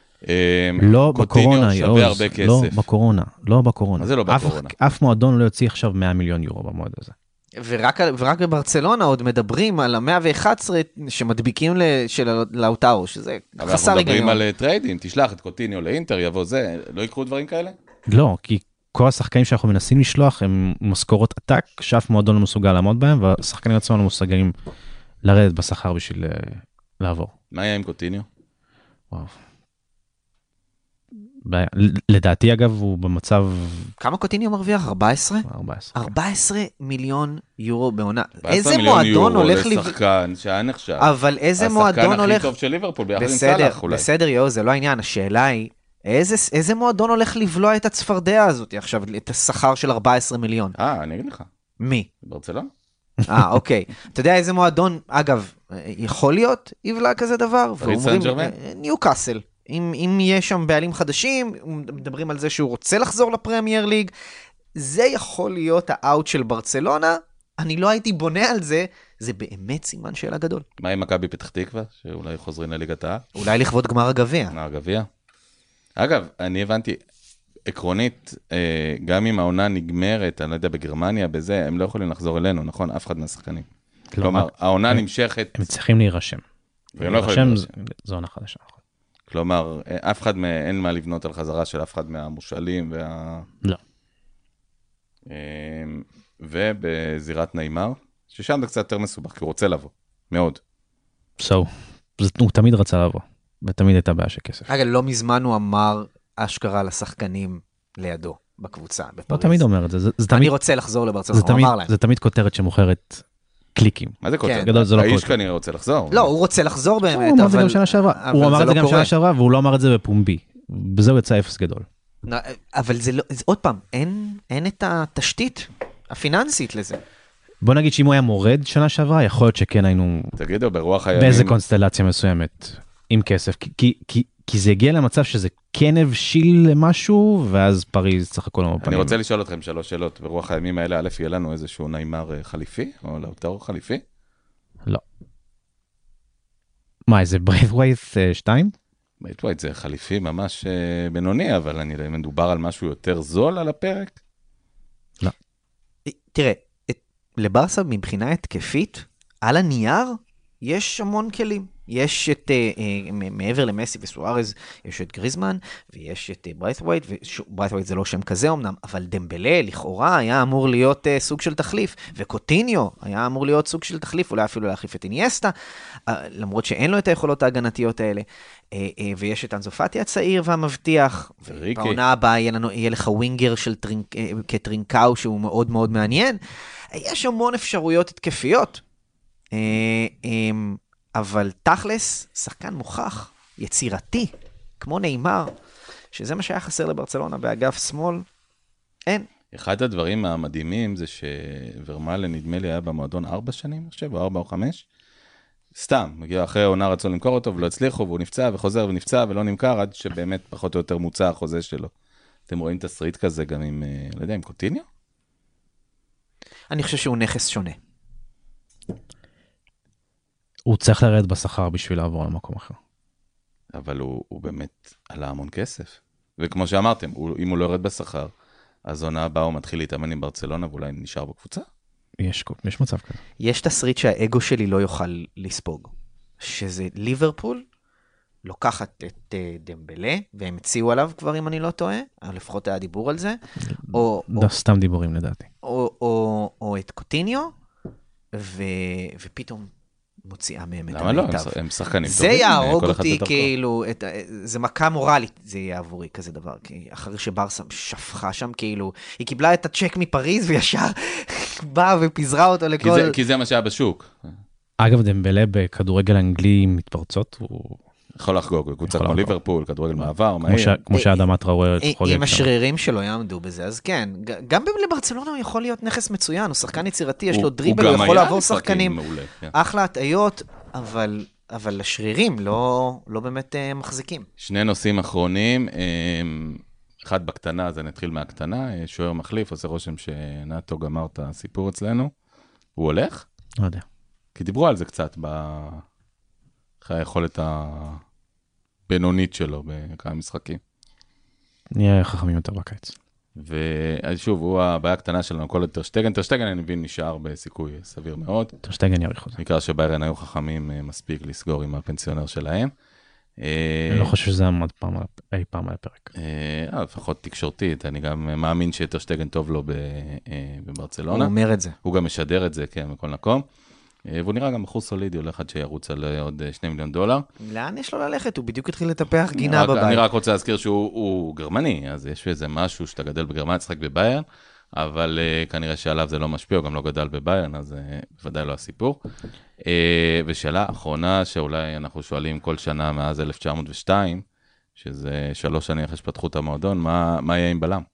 לא בקורונה, שווה הרבה כסף. לא בקורונה. מה זה לא בקורונה? אף מועדון לא יוציא עכשיו 100 מיליון יורו במועד הזה. ורק בברצלונה עוד מדברים על ה-111 שמדביקים לאוטרו, שזה חסר היגיון. אנחנו מדברים על טריידים, תשלח את קוטיניו לאינטר, יבוא זה, לא יקרו דברים כאלה? לא, כי כל השחקנים שאנחנו מנסים לשלוח הם משכורות עתק, שאף מועדון לא מסוגל לעמוד בהם, והשחקנים עצמם לא מסוגלים לרדת בשכר בשביל לעבור. מה היה עם קוטיניו? וואו. לדעתי אגב הוא במצב... כמה קוטיניו מרוויח? 14? 14 מיליון יורו בעונה. איזה מועדון הולך... לשחקן שהיה נחשב. אבל איזה מועדון הולך... השחקן הכי טוב של ליברפול ביחד עם סלאח אולי. בסדר יו, זה לא העניין. השאלה היא, איזה מועדון הולך לבלוע את הצפרדע הזאת עכשיו, את השכר של 14 מיליון? אני אגיד לך. מי? ברצלונה. אוקיי. אתה יודע איזה מועדון, אגב, יכול להיות יבלע כזה דבר? פריס סן ז'רמן? ניוקאסל. אם יש שם בעלים חדשים, מדברים על זה שהוא רוצה לחזור לפרמייר ליג, זה יכול להיות האוט של ברצלונה, אני לא הייתי בונה על זה, זה באמת סימן שאלה גדול. מה עם מכבי פתח תקווה, שאולי חוזרים לליגת העל? אולי לכבוד גמר הגביע. הגביע. אגב, אני הבנתי, עקרונית, גם אם העונה נגמרת, אני לא יודע, בגרמניה, בזה, הם לא יכולים לחזור אלינו, נכון? אף אחד מהשחקנים. כלומר, העונה נמשכת... הם צריכים להירשם. להירשם זו עונה חדשה. כלומר, אף אחד אין מה לבנות על חזרה של אף אחד מהמושאלים לא. ובזירת ניימר, ששם זה קצת יותר מסובך, כי הוא רוצה לבוא, מאוד. הוא תמיד רצה לבוא, ותמיד הייתה בעיה של כסף. אגב, לא מזמן הוא אמר אשכרה לשחקנים לידו, בקבוצה, בפריז. הוא תמיד אומר את זה. אני רוצה לחזור לברצלונה, הוא אמר להם. זה תמיד כותרת שמוכרת קליקים. מה זה כותרת? האיש כנראה רוצה לחזור. לא, הוא רוצה לחזור באמת. הוא אמר את זה גם שנה שעברה. הוא אמר את זה גם שנה שעברה, והוא לא אמר את זה בפומבי. בזה הוא יצא אפס גדול. אבל זה לא, עוד פעם, אין את התשתית הפיננסית לזה. בוא נגיד שאם הוא היה מורד שנה שעברה, יכול להיות שכן היינו... תגידו, ברוח הימים... באיזה קונסטלציה מסוימת, עם כסף. כי זה הגיע למצב שזה כן הבשיל למשהו, ואז פריז צריך הכל המפנים. אני רוצה לשאול אתכם 3 שאלות. ברוח הימים האלה, א', יהיה לנו איזשהו ניימר חליפי, או לאוטרו חליפי? לא. מה, איזה ברייתווייט 2? ברייתווייט זה חליפי ממש בינוני, אבל אני לא מדובר על משהו יותר זול על הפרק? לא. תראה, לברסה מבחינה התקפית, על הנייר יש המון כלים. יש את, מעבר למסי וסוארז, יש את גריזמן, ויש את ברייתווייט, וברייתווייט זה לא שם כזה אמנם, אבל דמבלה לכאורה היה אמור להיות סוג של תחליף, וקוטיניו היה אמור להיות סוג של תחליף, אולי אפילו להחליף את אינייסטה, למרות שאין לו את היכולות ההגנתיות האלה, ויש את אנזופטי הצעיר והמבטיח, ובעונה הבאה יהיה לך ווינגר של כטרינקאו, שהוא מאוד מאוד מעניין, יש המון אפשרויות התקפיות, אבל תכלס, שחקן מוכח, יצירתי, כמו נאמר, שזה מה שהיה חסר לברצלונה באגף שמאל, אין. אחד הדברים המדהימים זה שוורמלן, נדמה לי, היה במועדון 4 שנים, אני חושב, או 4 או 5. סתם, מגיע אחרי עונה רצון למכור אותו, ולא הצליחו, והוא נפצע וחוזר ונפצע, ולא נמכר, עד שבאמת פחות או יותר מוצא החוזה שלו. אתם רואים תסריט כזה גם עם, לא יודע, עם קוטיניו? אני חושב שהוא נכס שונה. הוא צריך לרדת בשכר בשביל לעבור למקום אחר. אבל הוא באמת עלה המון כסף. וכמו שאמרתם, אם הוא לא ירד בשכר, אז עונה הבאה הוא מתחיל להתאמן עם ברצלונה, ואולי נשאר בקבוצה. יש מצב כזה. יש תסריט שהאגו שלי לא יוכל לספוג, שזה ליברפול, לוקחת את דמבלה, והם הציעו עליו כבר, אם אני לא טועה, לפחות היה דיבור על זה, סתם דיבורים לדעתי. או את קוטיניו, ופתאום מוציאה מהם את המיטב. למה לא? הם שחקנים זה יהרוג אותי כאילו, זה מכה מורלית, זה יהיה עבורי כזה דבר, כי אחרי שברסה שפכה שם כאילו, היא קיבלה את הצ'ק מפריז וישר באה ופיזרה אותו לכל... כי זה מה שהיה בשוק. אגב, דמבלה בכדורגל אנגלי מתפרצות, הוא... יכול לחגוג, קבוצה כמו ליברפול, כדורגל מעבר, מהיר. כמו שאדמת ראוי חוגג. אם השרירים שלו יעמדו בזה, אז כן. גם לברצלונה הוא יכול להיות נכס מצוין, הוא שחקן יצירתי, יש לו דריבל, הוא יכול לעבור שחקנים. אחלה הטעיות, אבל השרירים לא באמת מחזיקים. 2 נושאים אחרונים, אחד בקטנה, אז אני אתחיל מהקטנה, שוער מחליף, עושה רושם שנאטו גמר את הסיפור אצלנו. הוא הולך? לא יודע. כי דיברו על זה קצת אחרי היכולת הבינונית שלו בכמה משחקים. נהיה חכמים יותר בקיץ. ושוב, הוא הבעיה הקטנה שלנו, כל טרשטגן. טרשטגן, אני מבין, נשאר בסיכוי סביר מאוד. טרשטגן יאריך אותה. נקרא שביירן היו חכמים מספיק לסגור עם הפנסיונר שלהם. אני לא חושב שזה עמד אי פעם על הפרק. לפחות תקשורתית, אני גם מאמין שטרשטגן טוב לו בברצלונה. הוא אומר את זה. הוא גם משדר את זה, כן, בכל מקום. והוא נראה גם בחור סולידי, הולך עד שירוץ על עוד $2 מיליון. לאן יש לו ללכת? הוא בדיוק התחיל לטפח גינה בבית. אני רק רוצה להזכיר שהוא גרמני, אז יש איזה משהו שאתה גדל בגרמניה, צחק בביירן, אבל כנראה שעליו זה לא משפיע, הוא גם לא גדל בביירן, אז בוודאי לא הסיפור. ושאלה האחרונה, שאולי אנחנו שואלים כל שנה מאז 1902, שזה 3 שנים אחרי שפתחו את המועדון, מה יהיה עם בלם?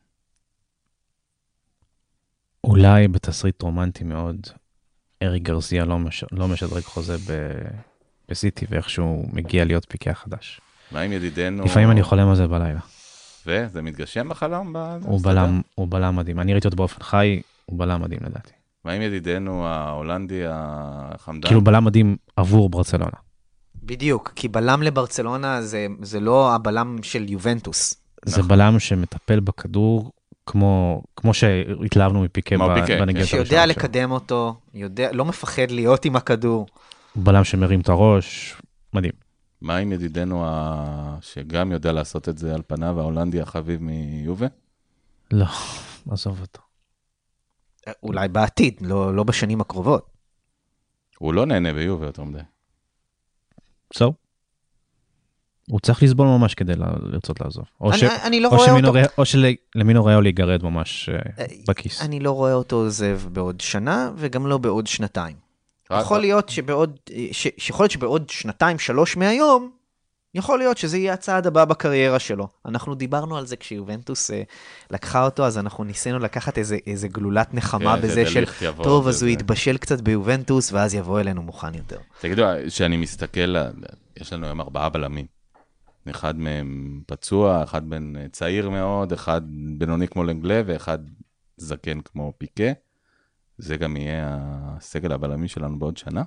אולי בתסריט רומנטי מאוד, אריק גרסיה לא משדרג חוזה בסיטי, ואיכשהו מגיע להיות פיקה חדש. מה עם ידידנו? לפעמים אני חולם על זה בלילה. וזה מתגשם בחלום? הוא בלם מדהים. אני ראיתי אותו באופן חי, הוא בלם מדהים לדעתי. מה עם ידידנו ההולנדי החמדן? כאילו בלם מדהים עבור ברצלונה. בדיוק, כי בלם לברצלונה זה לא הבלם של יובנטוס. זה בלם שמטפל בכדור, כמו שהתלהבנו מפיקה בנגיעות. שיודע לקדם אותו, לא מפחד להיות עם הכדור. בלם שמרים את הראש, מדהים. מה עם ידידנו שגם יודע לעשות את זה על פניו, ההולנדי החביב מיובה? לא, עזוב אותו. אולי בעתיד, לא בשנים הקרובות. הוא לא נהנה ביובה יותר מדי. בסדר. הוא צריך לסבול ממש כדי לרצות לעזוב. אני לא רואה אותו. או שלמינו ריאו להיגרד ממש בכיס. אני לא רואה אותו עוזב בעוד שנה, וגם לא בעוד 2. יכול להיות שבעוד 2-3 מהיום, יכול להיות שזה יהיה הצעד הבא בקריירה שלו. אנחנו דיברנו על זה כשיובנטוס לקחה אותו, אז אנחנו ניסינו לקחת איזה גלולת נחמה בזה של, טוב, אז הוא יתבשל קצת ביובנטוס, ואז יבוא אלינו מוכן יותר. תגידו, שאני מסתכל, יש לנו היום 4 בלמים. אחד מהם פצוע, אחד בין צעיר מאוד, אחד בינוני כמו לנגלה, ואחד זקן כמו פיקה. זה גם יהיה הסגל הבלמי שלנו בעוד שנה.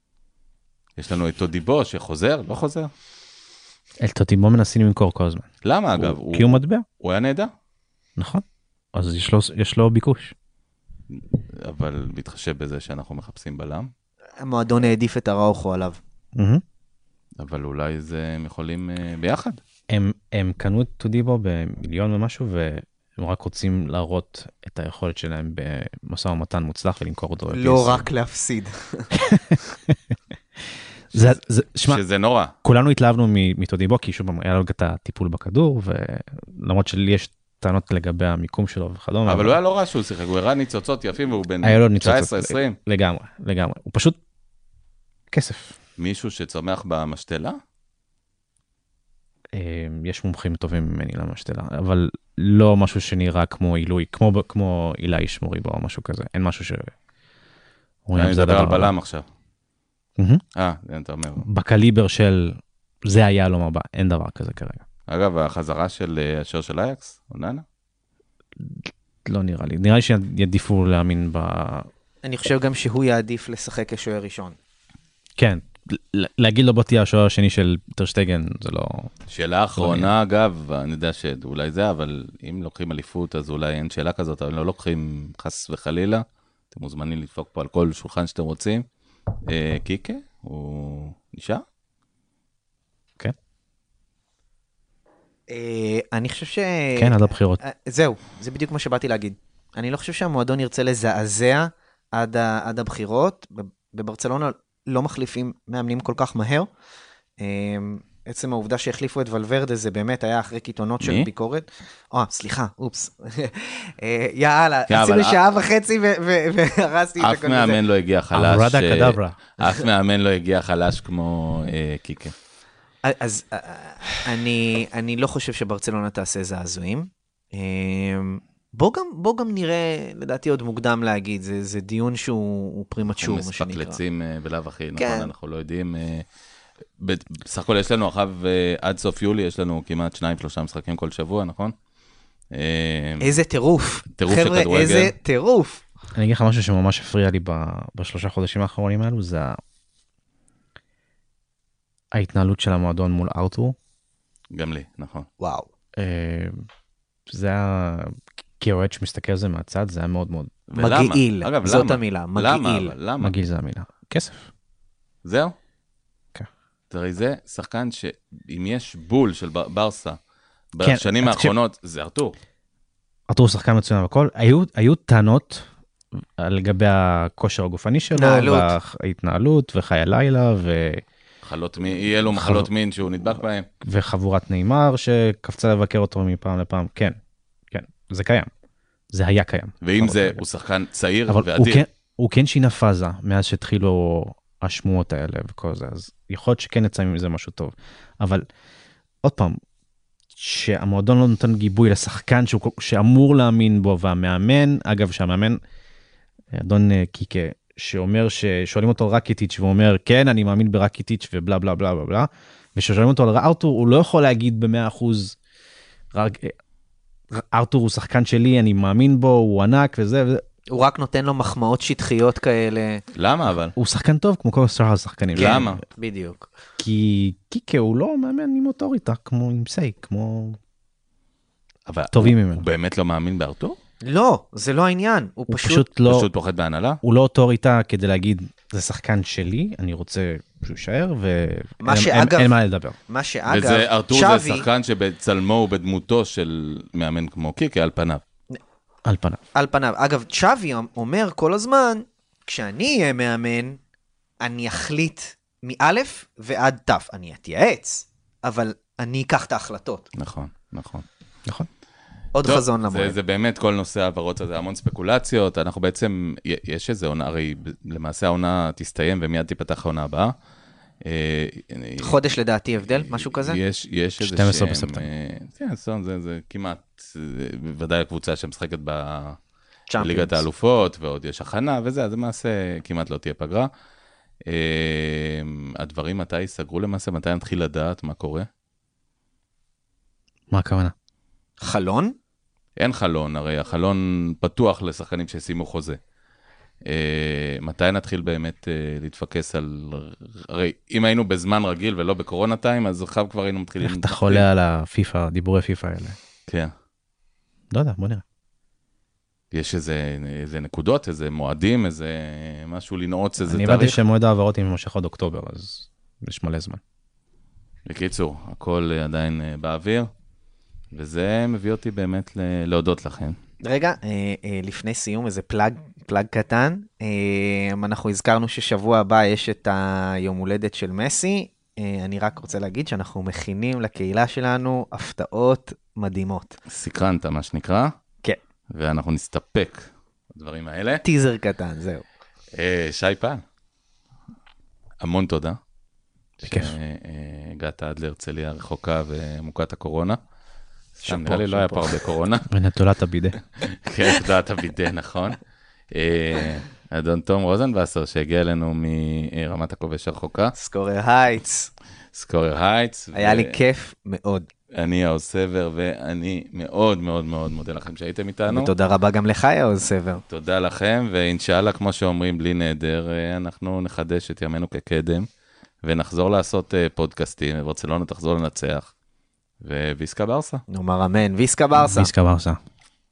יש לנו את טודיבו שחוזר, לא חוזר. אל טודיבו מנסים למכור כל הזמן. למה אגב? כי הוא מטבע. הוא היה נהדר. נכון. אז יש לו ביקוש. אבל מתחשב בזה שאנחנו מחפשים בלם. המועדון העדיף את הראוכו עליו. אבל אולי הם יכולים ביחד. הם קנו את טודיבו במיליון ומשהו, והם רק רוצים להראות את היכולת שלהם במשא ומתן מוצלח ולמכור אותו. לא רק להפסיד. שזה נורא. כולנו התלהבנו מטודיבו, כי שוב היה לו את הטיפול בכדור, ולמרות שלי יש טענות לגבי המיקום שלו וכדומה. אבל הוא היה לא רע שהוא שיחק, הוא הראה ניצוצות יפים, והוא בן 19-20. לגמרי. הוא פשוט כסף. מישהו שצומח במשתלה? יש מומחים טובים ממני למשתלה, אבל לא משהו שנראה כמו עילוי, כמו עילי שמורי בו או משהו כזה. אין משהו ש... אני מדבר על בלם עכשיו. מהמם. אתה אומר. בקליבר של זה היהלום הבא, אין דבר כזה כרגע. אגב, החזרה של השוער של אייקס, אוננה? לא נראה לי. נראה לי שיעדיפו להאמין ב... אני חושב גם שהוא יעדיף לשחק כשוער ראשון. כן, להגיד לו בוא תהיה השוער השני של טרשטגן, זה לא... שאלה אחרונה, אגב, אני יודע שאולי זה, אבל אם לוקחים אליפות, אז אולי אין שאלה כזאת, אבל לא לוקחים חס וחלילה. אתם מוזמנים לדפוק פה על כל שולחן שאתם רוצים. קיקה, הוא נשאר? כן. אני חושב ש... כן, עד הבחירות. זהו, זה בדיוק מה שבאתי להגיד. אני לא חושב שהמועדון ירצה לזעזע עד הבחירות. בברצלונה לא מחליפים מאמנים כל כך מהר. עצם העובדה שהחליפו את ולוורדה, זה באמת היה אחרי קיתונות של ביקורת. סליחה, אופס. יאללה, עשינו שעה וחצי והרסתי את הכל. אף מאמן לא הגיע חלש. אברדה קדברה. אף מאמן לא הגיע חלש כמו קיקה. אז אני לא חושב שברצלונה תעשה זעזועים. בוא גם נראה, לדעתי עוד מוקדם להגיד, זה דיון שהוא פרימצ'ור, מה שנקרא. מספקלצים בלב אחי, נכון, אנחנו לא יודעים. בסך הכל יש לנו אחריו עד סוף יולי, יש לנו כמעט 2-3 משחקים כל שבוע, נכון? איזה טירוף. טירוף של כדורגל. חבר'ה, איזה טירוף. אני אגיד לך משהו שממש הפריע לי בשלושה חודשים האחרונים האלו, זה ההתנהלות של המועדון מול ארתור. גם לי, נכון. וואו. זה היה, כאוהד שמסתכל על זה מהצד, זה היה מאוד מאוד... מגעיל, אגב, זאת למה? המילה, מגעיל. למה? מגעיל זה המילה. כסף. זהו? כן. תראי, זה שחקן שאם יש בול של ברסה בשנים האחרונות, זה ארתור. ארתור הוא שחקן מצוין וכל. היו טענות לגבי הכושר הגופני שלו, וההתנהלות, וחיי לילה, יהיה לו מחלות מין שהוא נדבק בהם. וחבורת נאמר שקפצה לבקר אותו מפעם לפעם. כן, כן, זה קיים. זה היה קיים. ואם זה, הוא שחקן צעיר ואדיר. אבל הוא כן שינה פאזה מאז שהתחילו השמועות האלה וכל זה, אז יכול להיות שכן יצא מזה משהו טוב. אבל עוד פעם, שהמועדון לא נותן גיבוי לשחקן שאמור להאמין בו, והמאמן, אגב, שהמאמן, אדון קיקה, שאומר ששואלים אותו על רקיטיץ' ואומר, כן, אני מאמין ברקיטיץ' ובלה בלה בלה בלה בלה, וששואלים אותו על ארתור, הוא לא יכול להגיד ב100%, ארתור הוא שחקן שלי, אני מאמין בו, הוא ענק וזה. הוא רק נותן לו מחמאות שטחיות כאלה. למה אבל? הוא שחקן טוב כמו כל שאר השחקנים. למה? בדיוק. כי קיקה הוא לא מאמן עם אוטוריטה, כמו עם סי, כמו אבל טובים ממנו. הוא באמת לא מאמין בארתור? לא, זה לא העניין. הוא פשוט לא... פשוט פוחד בהנהלה? הוא לא אוטוריטה כדי להגיד, זה שחקן שלי, אני רוצה שהוא יישאר, ואין מה לדבר. מה שאגב, וזה, ארתור זה שחקן שבצלמו ובדמותו של מאמן כמו קיקה, על פניו. על פניו. על פניו. אגב, צ'אבי אומר כל הזמן, כשאני אהיה מאמן, אני אחליט מאלף ועד תף. אני אתייעץ, אבל אני אקח את ההחלטות. נכון, נכון. נכון. עוד טוב, חזון למועד. זה באמת כל נושא העברות הזה, המון ספקולציות. אנחנו בעצם, יש איזה עונה, הרי למעשה העונה תסתיים ומיד תיפתח העונה הבאה. חודש לדעתי הבדל, משהו כזה? יש איזה 12 בספטמבר. כן, זה כמעט, ודאי הקבוצה שמשחקת בליגת האלופות, ועוד יש הכנה וזה, אז למעשה כמעט לא תהיה פגרה. הדברים מתי ייסגרו למעשה, מתי נתחיל לדעת מה קורה? מה הכוונה? חלון? אין חלון, הרי החלון פתוח לשחקנים ששימו חוזה. מתי נתחיל באמת להתפקס על... הרי אם היינו בזמן רגיל ולא בקורונה טיים, אז עכשיו כבר היינו מתחילים... איך אתה חולה על הפיפה, דיבורי פיפה האלה? כן. לא יודע, בוא נראה. יש איזה נקודות, איזה מועדים, איזה משהו לנעוץ, איזה תאריך. אני הבנתי שמועד העברות עם מושך עד אוקטובר, אז יש מלא זמן. בקיצור, הכל עדיין באוויר, וזה מביא אותי באמת להודות לכם. רגע, לפני סיום, איזה פלאג קטן. אנחנו הזכרנו ששבוע הבא יש את היום הולדת של מסי. אני רק רוצה להגיד שאנחנו מכינים לקהילה שלנו הפתעות מדהימות. סקרנת, מה שנקרא. כן. ואנחנו נסתפק בדברים האלה. טיזר קטן, זהו. שי פעם. המון תודה. בכיף. שהגעת עד להרצליה הרחוקה ומוקת הקורונה. סתם, נראה לי לא היה פה הרבה קורונה. ונטולת הבידה. כן, תודעת הבידה, נכון. אדון תום רוזנבסר, שהגיע אלינו מרמת הכובש הרחוקה. סקורר הייטס. סקורר הייטס. היה לי כיף מאוד. אני יעוז סבר, ואני מאוד מאוד מאוד מודה לכם שהייתם איתנו. ותודה רבה גם לך, יעוז סבר. תודה לכם, ואינשאללה, כמו שאומרים, בלי נדר, אנחנו נחדש את ימינו כקדם, ונחזור לעשות פודקאסטים, וברצלונה תחזור לנצח, וויסקה ברסה. נאמר אמן, ויסקה ברסה. ויסקה ברסה.